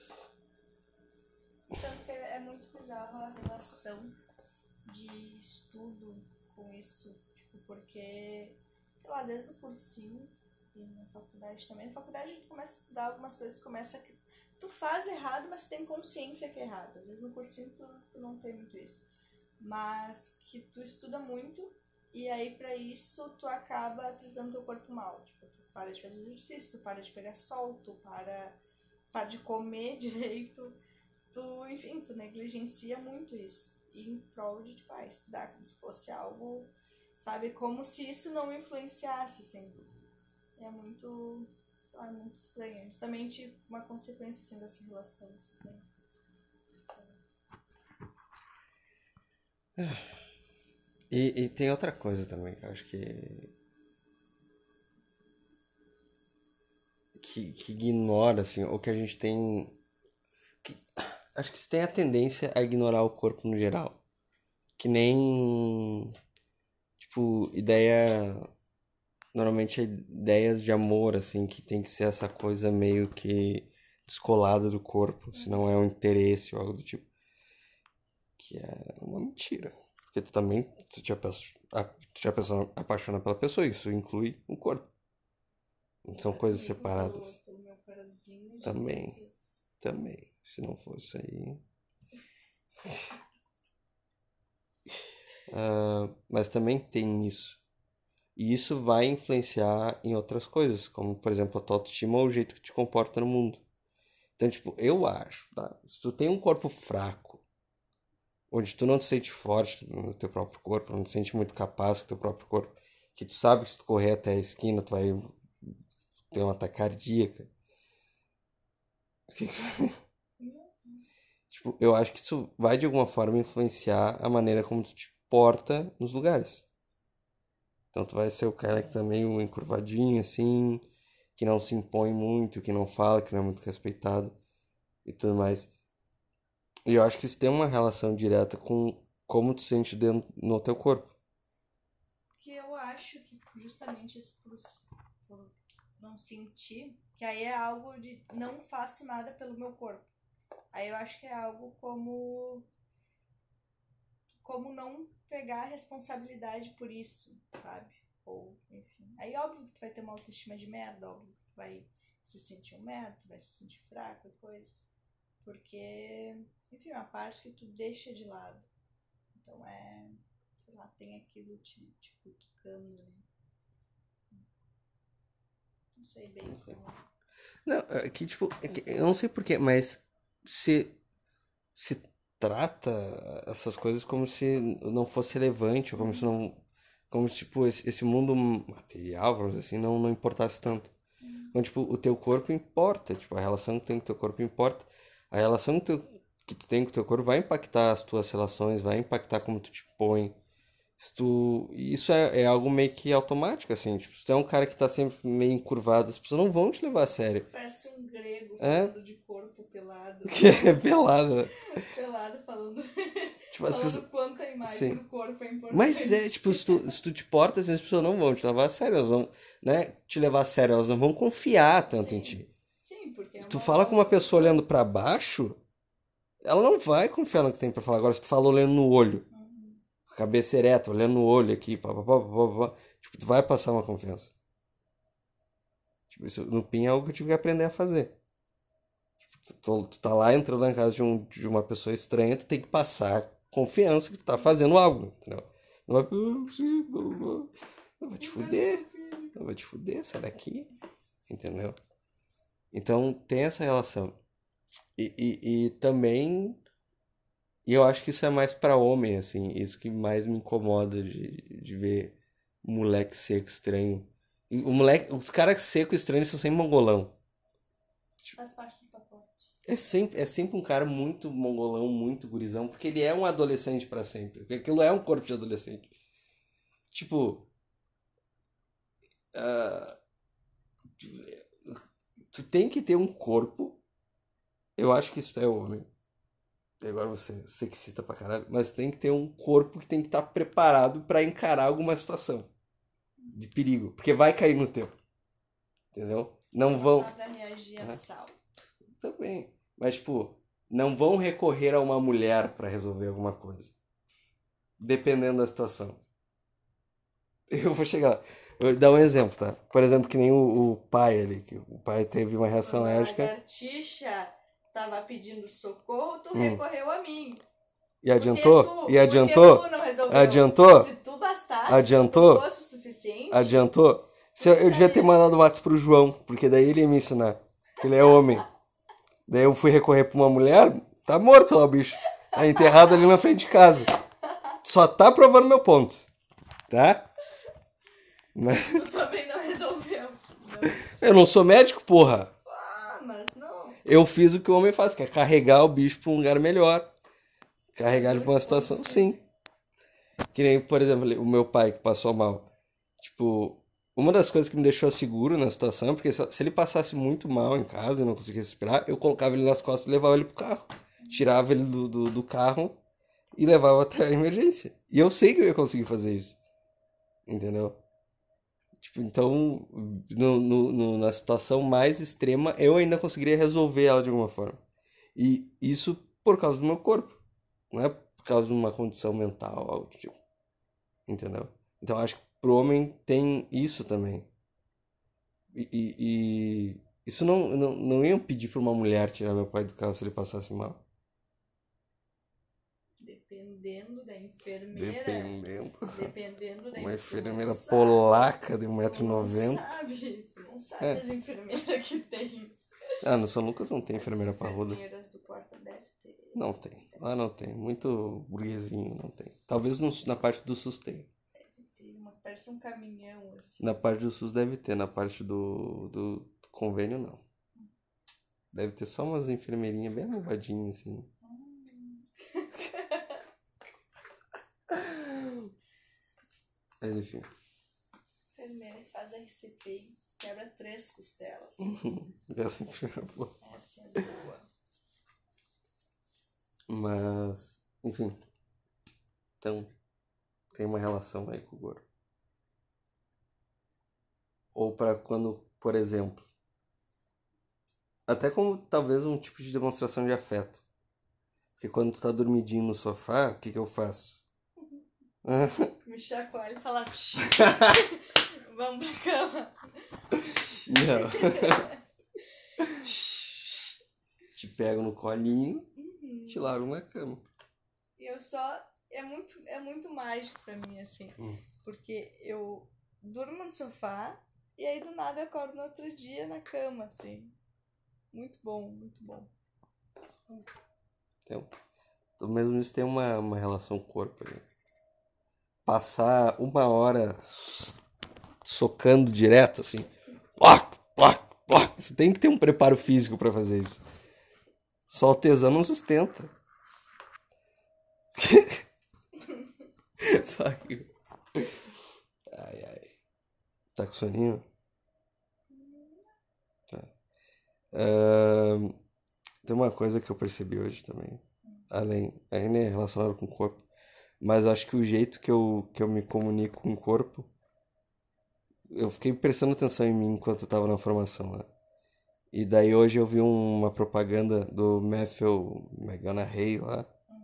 Tanto que é, é muito bizarro a relação de estudo com isso. Tipo, porque, sei lá, desde o cursinho e na faculdade também. Na faculdade tu começa a estudar algumas coisas, tu começa a. Tu faz errado, mas tu tem consciência que é errado. Às vezes no cursinho tu, tu não tem muito isso. Mas que tu estuda muito e aí pra isso tu acaba tratando teu corpo mal. Tipo, tu para de fazer exercício, tu para de pegar sol, tu para, para de comer direito. Tu, enfim, tu negligencia muito isso. E em prol de, tipo, ah, estudar como se fosse algo, sabe? Como se isso não influenciasse, assim. É muito, sei lá, é muito estranho. É justamente uma consequência, assim, dessa relação. Assim, E, e tem outra coisa também que eu acho que, que, que ignora, assim, ou que a gente tem. Que, acho que se tem a tendência a ignorar o corpo no geral. Que nem. Tipo, ideia. Normalmente é ideias de amor, assim, que tem que ser essa coisa meio que descolada do corpo, se não é um interesse ou algo do tipo. Que é uma mentira. Porque tu também, tu te, apaixo- a- tu te apaixona apaixona pela pessoa, isso inclui o corpo. Não são coisas comigo, separadas. pelo, pelo meu parazinho de Também, Deus. também. Se não fosse aí. Ah, mas também tem isso. E isso vai influenciar em outras coisas, como por exemplo a tua autoestima ou o jeito que te comporta no mundo. Então, tipo, eu acho, tá? Se tu tem um corpo fraco, onde tu não te sente forte no teu próprio corpo, não te sente muito capaz com o teu próprio corpo, que tu sabe que se tu correr até a esquina tu vai ter um ataque cardíaco, Que que- Tipo, eu acho que isso vai de alguma forma influenciar a maneira como tu te porta nos lugares. Então tu vai ser o cara que tá meio encurvadinho, assim, que não se impõe muito, que não fala, que não é muito respeitado e tudo mais. E eu acho que isso tem uma relação direta com como tu sente dentro no teu corpo. Que eu acho que justamente isso por, por não sentir, que aí é algo de não faço nada pelo meu corpo. Aí eu acho que é algo como como não pegar a responsabilidade por isso, sabe? Ou, enfim. Aí óbvio que tu vai ter uma autoestima de merda, óbvio que tu vai se sentir um merda, tu vai se sentir fraco e coisa. Porque, enfim, é uma parte que tu deixa de lado. Então é, sei lá, tem aquilo te, te cutucando, né? Não sei bem como. Não, é que tipo, é que eu não sei porquê, mas se se trata essas coisas como se não fosse relevante, ou como se não, como se tipo esse, esse mundo material, vamos dizer assim, não não importasse tanto. Então, tipo, o teu corpo importa, tipo, a relação que tem com o teu corpo importa. A relação que tu, que tu tem com o teu corpo vai impactar as tuas relações, vai impactar como tu te põe. Se tu, isso é, é algo meio que automático, assim. Tipo, se tu é um cara que tá sempre meio encurvado, as pessoas não vão te levar a sério. Parece um grego É? falando de corpo pelado. Que é pelada. Pelado falando, Tipo, as pessoas. falando quanto a imagem Sim. do corpo é Mas é, importante. tipo, se tu, se tu te porta, assim, as pessoas não vão te levar a sério. Elas vão, né, te levar a sério, elas não vão confiar tanto em Sim, ti. sim, porque é Se tu uma fala com uma outra pessoa visão. olhando pra baixo, ela não vai confiar no que tem pra falar. Agora, se tu fala olhando no olho, Uhum. com a cabeça ereta, olhando no olho aqui, pá, pá, pá, pá, pá, pá, tipo, tu vai passar uma confiança. Tipo, isso no P I N é algo que eu tive que aprender a fazer. Tu, tu- tu tá lá entrando na casa de, um, de uma pessoa estranha, tu tem que passar confiança que tu tá fazendo algo, entendeu? Não vai, não vai te Nunca se fuder, confia. não vai te fuder, sai daqui, entendeu? Então tem essa relação. E, e, e também, e eu acho que isso é mais pra homem, assim, isso que mais me incomoda de, de ver moleque seco estranho. E o moleque, os caras secos estranhos são sempre mongolão. Faz parte do pacote. É sempre, é sempre um cara muito mongolão, muito gurizão, porque ele é um adolescente pra sempre. Porque aquilo é um corpo de adolescente. Tipo, ah, tu tem que ter um corpo. Eu acho que isso é homem. Agora você é sexista pra caralho, mas tem que ter um corpo que tem que estar preparado pra encarar alguma situação de perigo, porque vai cair no teu, entendeu? Não Não vão. dá pra reagir a Ah, sal. também. Mas, tipo, não vão recorrer a uma mulher pra resolver alguma coisa, dependendo da situação. Eu vou chegar lá. Vou dar um exemplo, tá? Por exemplo, que nem o, o pai ali, que o pai teve uma reação Quando a alérgica. lagartixa tava pedindo socorro, tu Hum. recorreu a mim. E Porque adiantou? tu, E porque adiantou? tu não resolveu. Adiantou? Se tu bastasse, Adiantou? se tu fosse o suficiente, Adiantou? Se tu eu, eu devia ter estaria... mandado o WhatsApp pro João, porque daí ele ia me ensinar. Porque ele é homem. Daí eu fui recorrer pra uma mulher, tá morto lá o bicho. Tá enterrado ali na frente de casa. Só tá provando meu ponto. Tá? Mas Tu também não resolveu. Não. eu não sou médico, porra. Ah, mas não. Eu fiz o que o homem faz, que é carregar o bicho pra um lugar melhor. Carregar ele Fazer pra uma o esforço situação, sim. físico. Que nem, por exemplo, o meu pai que passou mal. Tipo, uma das coisas que me deixou seguro na situação, porque se se ele passasse muito mal em casa e não conseguisse respirar, eu colocava ele nas costas e levava ele pro carro. Tirava ele do, do, do carro e levava até a emergência. E eu sei que eu ia conseguir fazer isso. Entendeu? Tipo, então, no, no, no- na situação mais extrema, eu ainda conseguiria resolver ela de alguma forma. E isso por causa do meu corpo. Não é por causa de uma condição mental, algo do tipo. Entendeu? Então acho que pro homem tem isso também. E, e- e isso não, não, não iam pedir pra uma mulher tirar meu pai do carro se ele passasse mal. Dependendo da enfermeira, Dependendo. dependendo da Uma enfermeira, tu não enfermeira sabe. polaca de um Tu metro e não noventa. sabe. Tu não sabe É. as enfermeiras que tem. Ah, no São Lucas não tem As enfermeira parruda. enfermeiras do quarto deve ter. Não tem. Lá não tem. Muito burguesinho não tem. Talvez no- na parte do SUS tenha. Tem uma, parece um caminhão, assim. Na parte do SUS deve ter. Na parte do, do, do convênio não. Deve ter só umas enfermeirinhas bem malvadinhas, assim. Mas enfim. Enfermeira que faz R C P e quebra três costelas. Essa enfermeira é boa. Essa é boa. Mas, enfim. Então, tem uma relação aí com o Goro. Ou pra quando, por exemplo, até como talvez um tipo de demonstração de afeto. Porque quando tu tá dormidinho no sofá, o que que eu faço? Me chacoalha e fala, vamos pra cama. Não. Te pego no colinho, Uhum. te largo na cama. E eu só... É muito, é muito mágico pra mim, assim. Hum. Porque eu durmo no sofá e aí do nada eu acordo no outro dia na cama, assim. Muito bom, muito bom. Então, então mesmo isso tem uma, uma relação corpo aí. Passar uma hora socando direto, assim. Plac, plac, plac. Você tem que ter um preparo físico pra fazer isso. Só o tesão não sustenta. Só que... Ai, ai. Tá com soninho? Tá. Ahn, tem uma coisa que eu percebi hoje também. Além, ainda é relacionado com o corpo. Mas eu acho que o jeito que eu, que eu me comunico com o corpo. Eu fiquei prestando atenção em mim enquanto eu tava na formação lá. E daí hoje eu vi uma propaganda do Matthew McConaughey lá.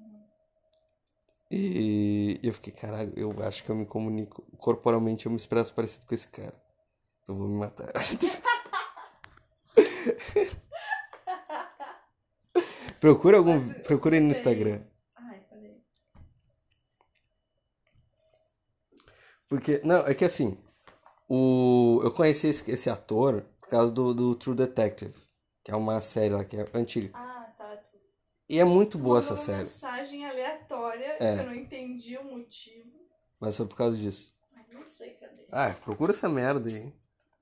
E eu fiquei, caralho, eu acho que eu me comunico. Corporalmente eu me expresso parecido com esse cara. Eu vou me matar. Procura algum. Mas, Procura aí no tem- Instagram. Ai, peraí. Porque. Não, é que assim. O, eu conheci esse, esse ator por causa do, do True Detective. Que é uma série lá que é antiga. Ah, tá. Tu, E é muito tu boa mandou essa uma série. mensagem aleatória É. que eu não entendi o motivo. Mas foi por causa disso. Mas não sei, cadê? Ah, procura essa merda aí.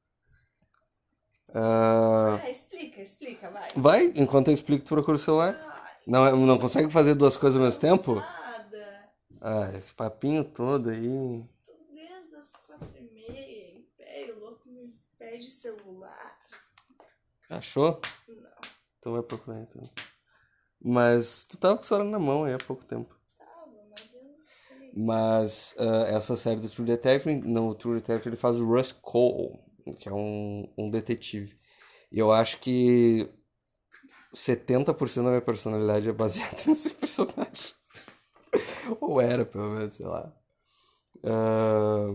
Ah, Ah, explica, explica, vai. vai, enquanto eu explico, tu procura o celular. Ai, Não, é- não consegue fazer duas coisas ao mesmo tempo? cansada. Ah, esse papinho todo aí. Tô desde as quatro e meia, em pé, o louco me pede celular. Achou? Não, Então vai procurar então. Mas tu tava com o celular na mão aí há pouco tempo. tava, mas eu não sei. Mas ah, essa série do True Detective, no True Detective ele faz o Russ Cole, que é um, um detetive. E eu acho que setenta por cento da minha personalidade é baseada nesse personagem. Ou era, pelo menos, sei lá. Ah,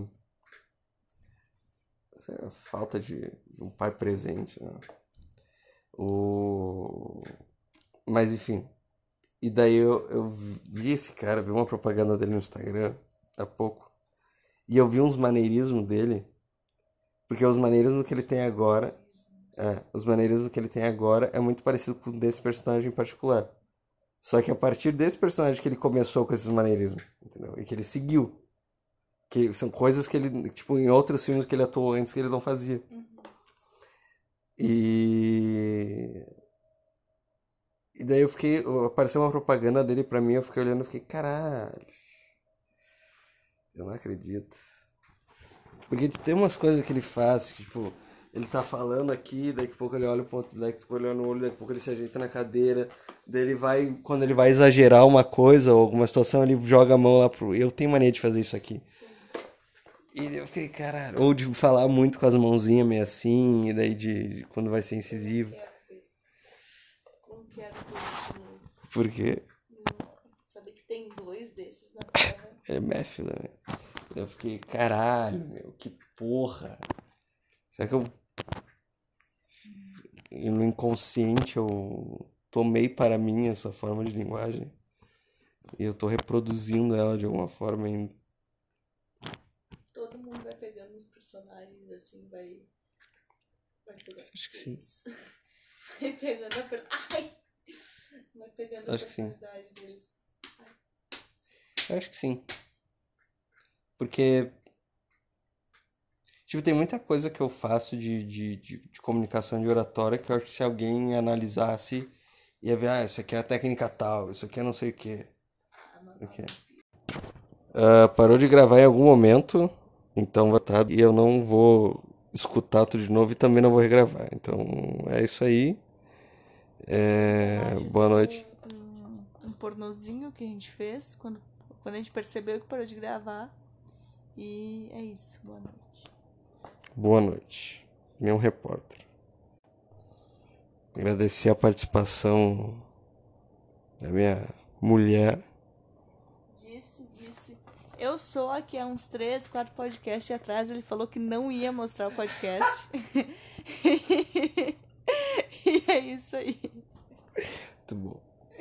falta de, de um pai presente, né? O... Mas enfim. E daí eu, eu vi esse cara, vi uma propaganda dele no Instagram há pouco. E eu vi uns maneirismos dele. Porque os maneirismos que ele tem agora. É, os maneirismos que ele tem agora é muito parecido com o desse personagem em particular. Só que a partir desse personagem que ele começou com esses maneirismos, entendeu? E que ele seguiu. Que são coisas que ele, tipo, em outros filmes que ele atuou antes que ele não fazia. E. E daí eu fiquei. Apareceu uma propaganda dele pra mim, eu fiquei olhando e fiquei, caralho. Eu não acredito. Porque tem umas coisas que ele faz, que, tipo, ele tá falando aqui, daqui a pouco ele olha pro outro, daqui a pouco ele olha no olho, daqui a pouco ele se ajeita na cadeira. Daí ele vai, quando ele vai exagerar uma coisa ou alguma situação, ele joga a mão lá pro. Eu tenho mania de fazer isso aqui. E eu fiquei, caralho. Ou de falar muito com as mãozinhas meio assim, e daí de, de quando vai ser incisivo. Não quero ter isso de novo. Por quê? Saber que tem dois desses na terra. É Matthew, né? Eu fiquei, caralho, meu, que porra. Será que eu. E no inconsciente eu tomei para mim essa forma de linguagem? E eu tô reproduzindo ela de alguma forma ainda. Todo mundo vai pegando os personagens assim, vai. Vai pegando. Acho que sim. Isso. Vai pegando a per... Ai! Vai pegando Acho a que sim. personalidade deles. Eu acho que sim. Porque Tipo, tem muita coisa que eu faço de, de, de, de comunicação de oratória que eu acho que se alguém analisasse, ia ver, ah, isso aqui é a técnica tal, isso aqui é não sei o quê. O quê? Ah, parou de gravar em algum momento, então vai estar. E eu não vou escutar tudo de novo e também não vou regravar. Então é isso aí. É, boa noite. Um, um pornozinho que a gente fez quando, quando a gente percebeu que parou de gravar. E é isso. Boa noite. Boa noite. Meu repórter. Agradecer a participação da minha mulher. Disse, disse. Eu sou aqui há uns três, quatro podcasts atrás. Ele falou que não ia mostrar o podcast. E é isso aí. Muito bom.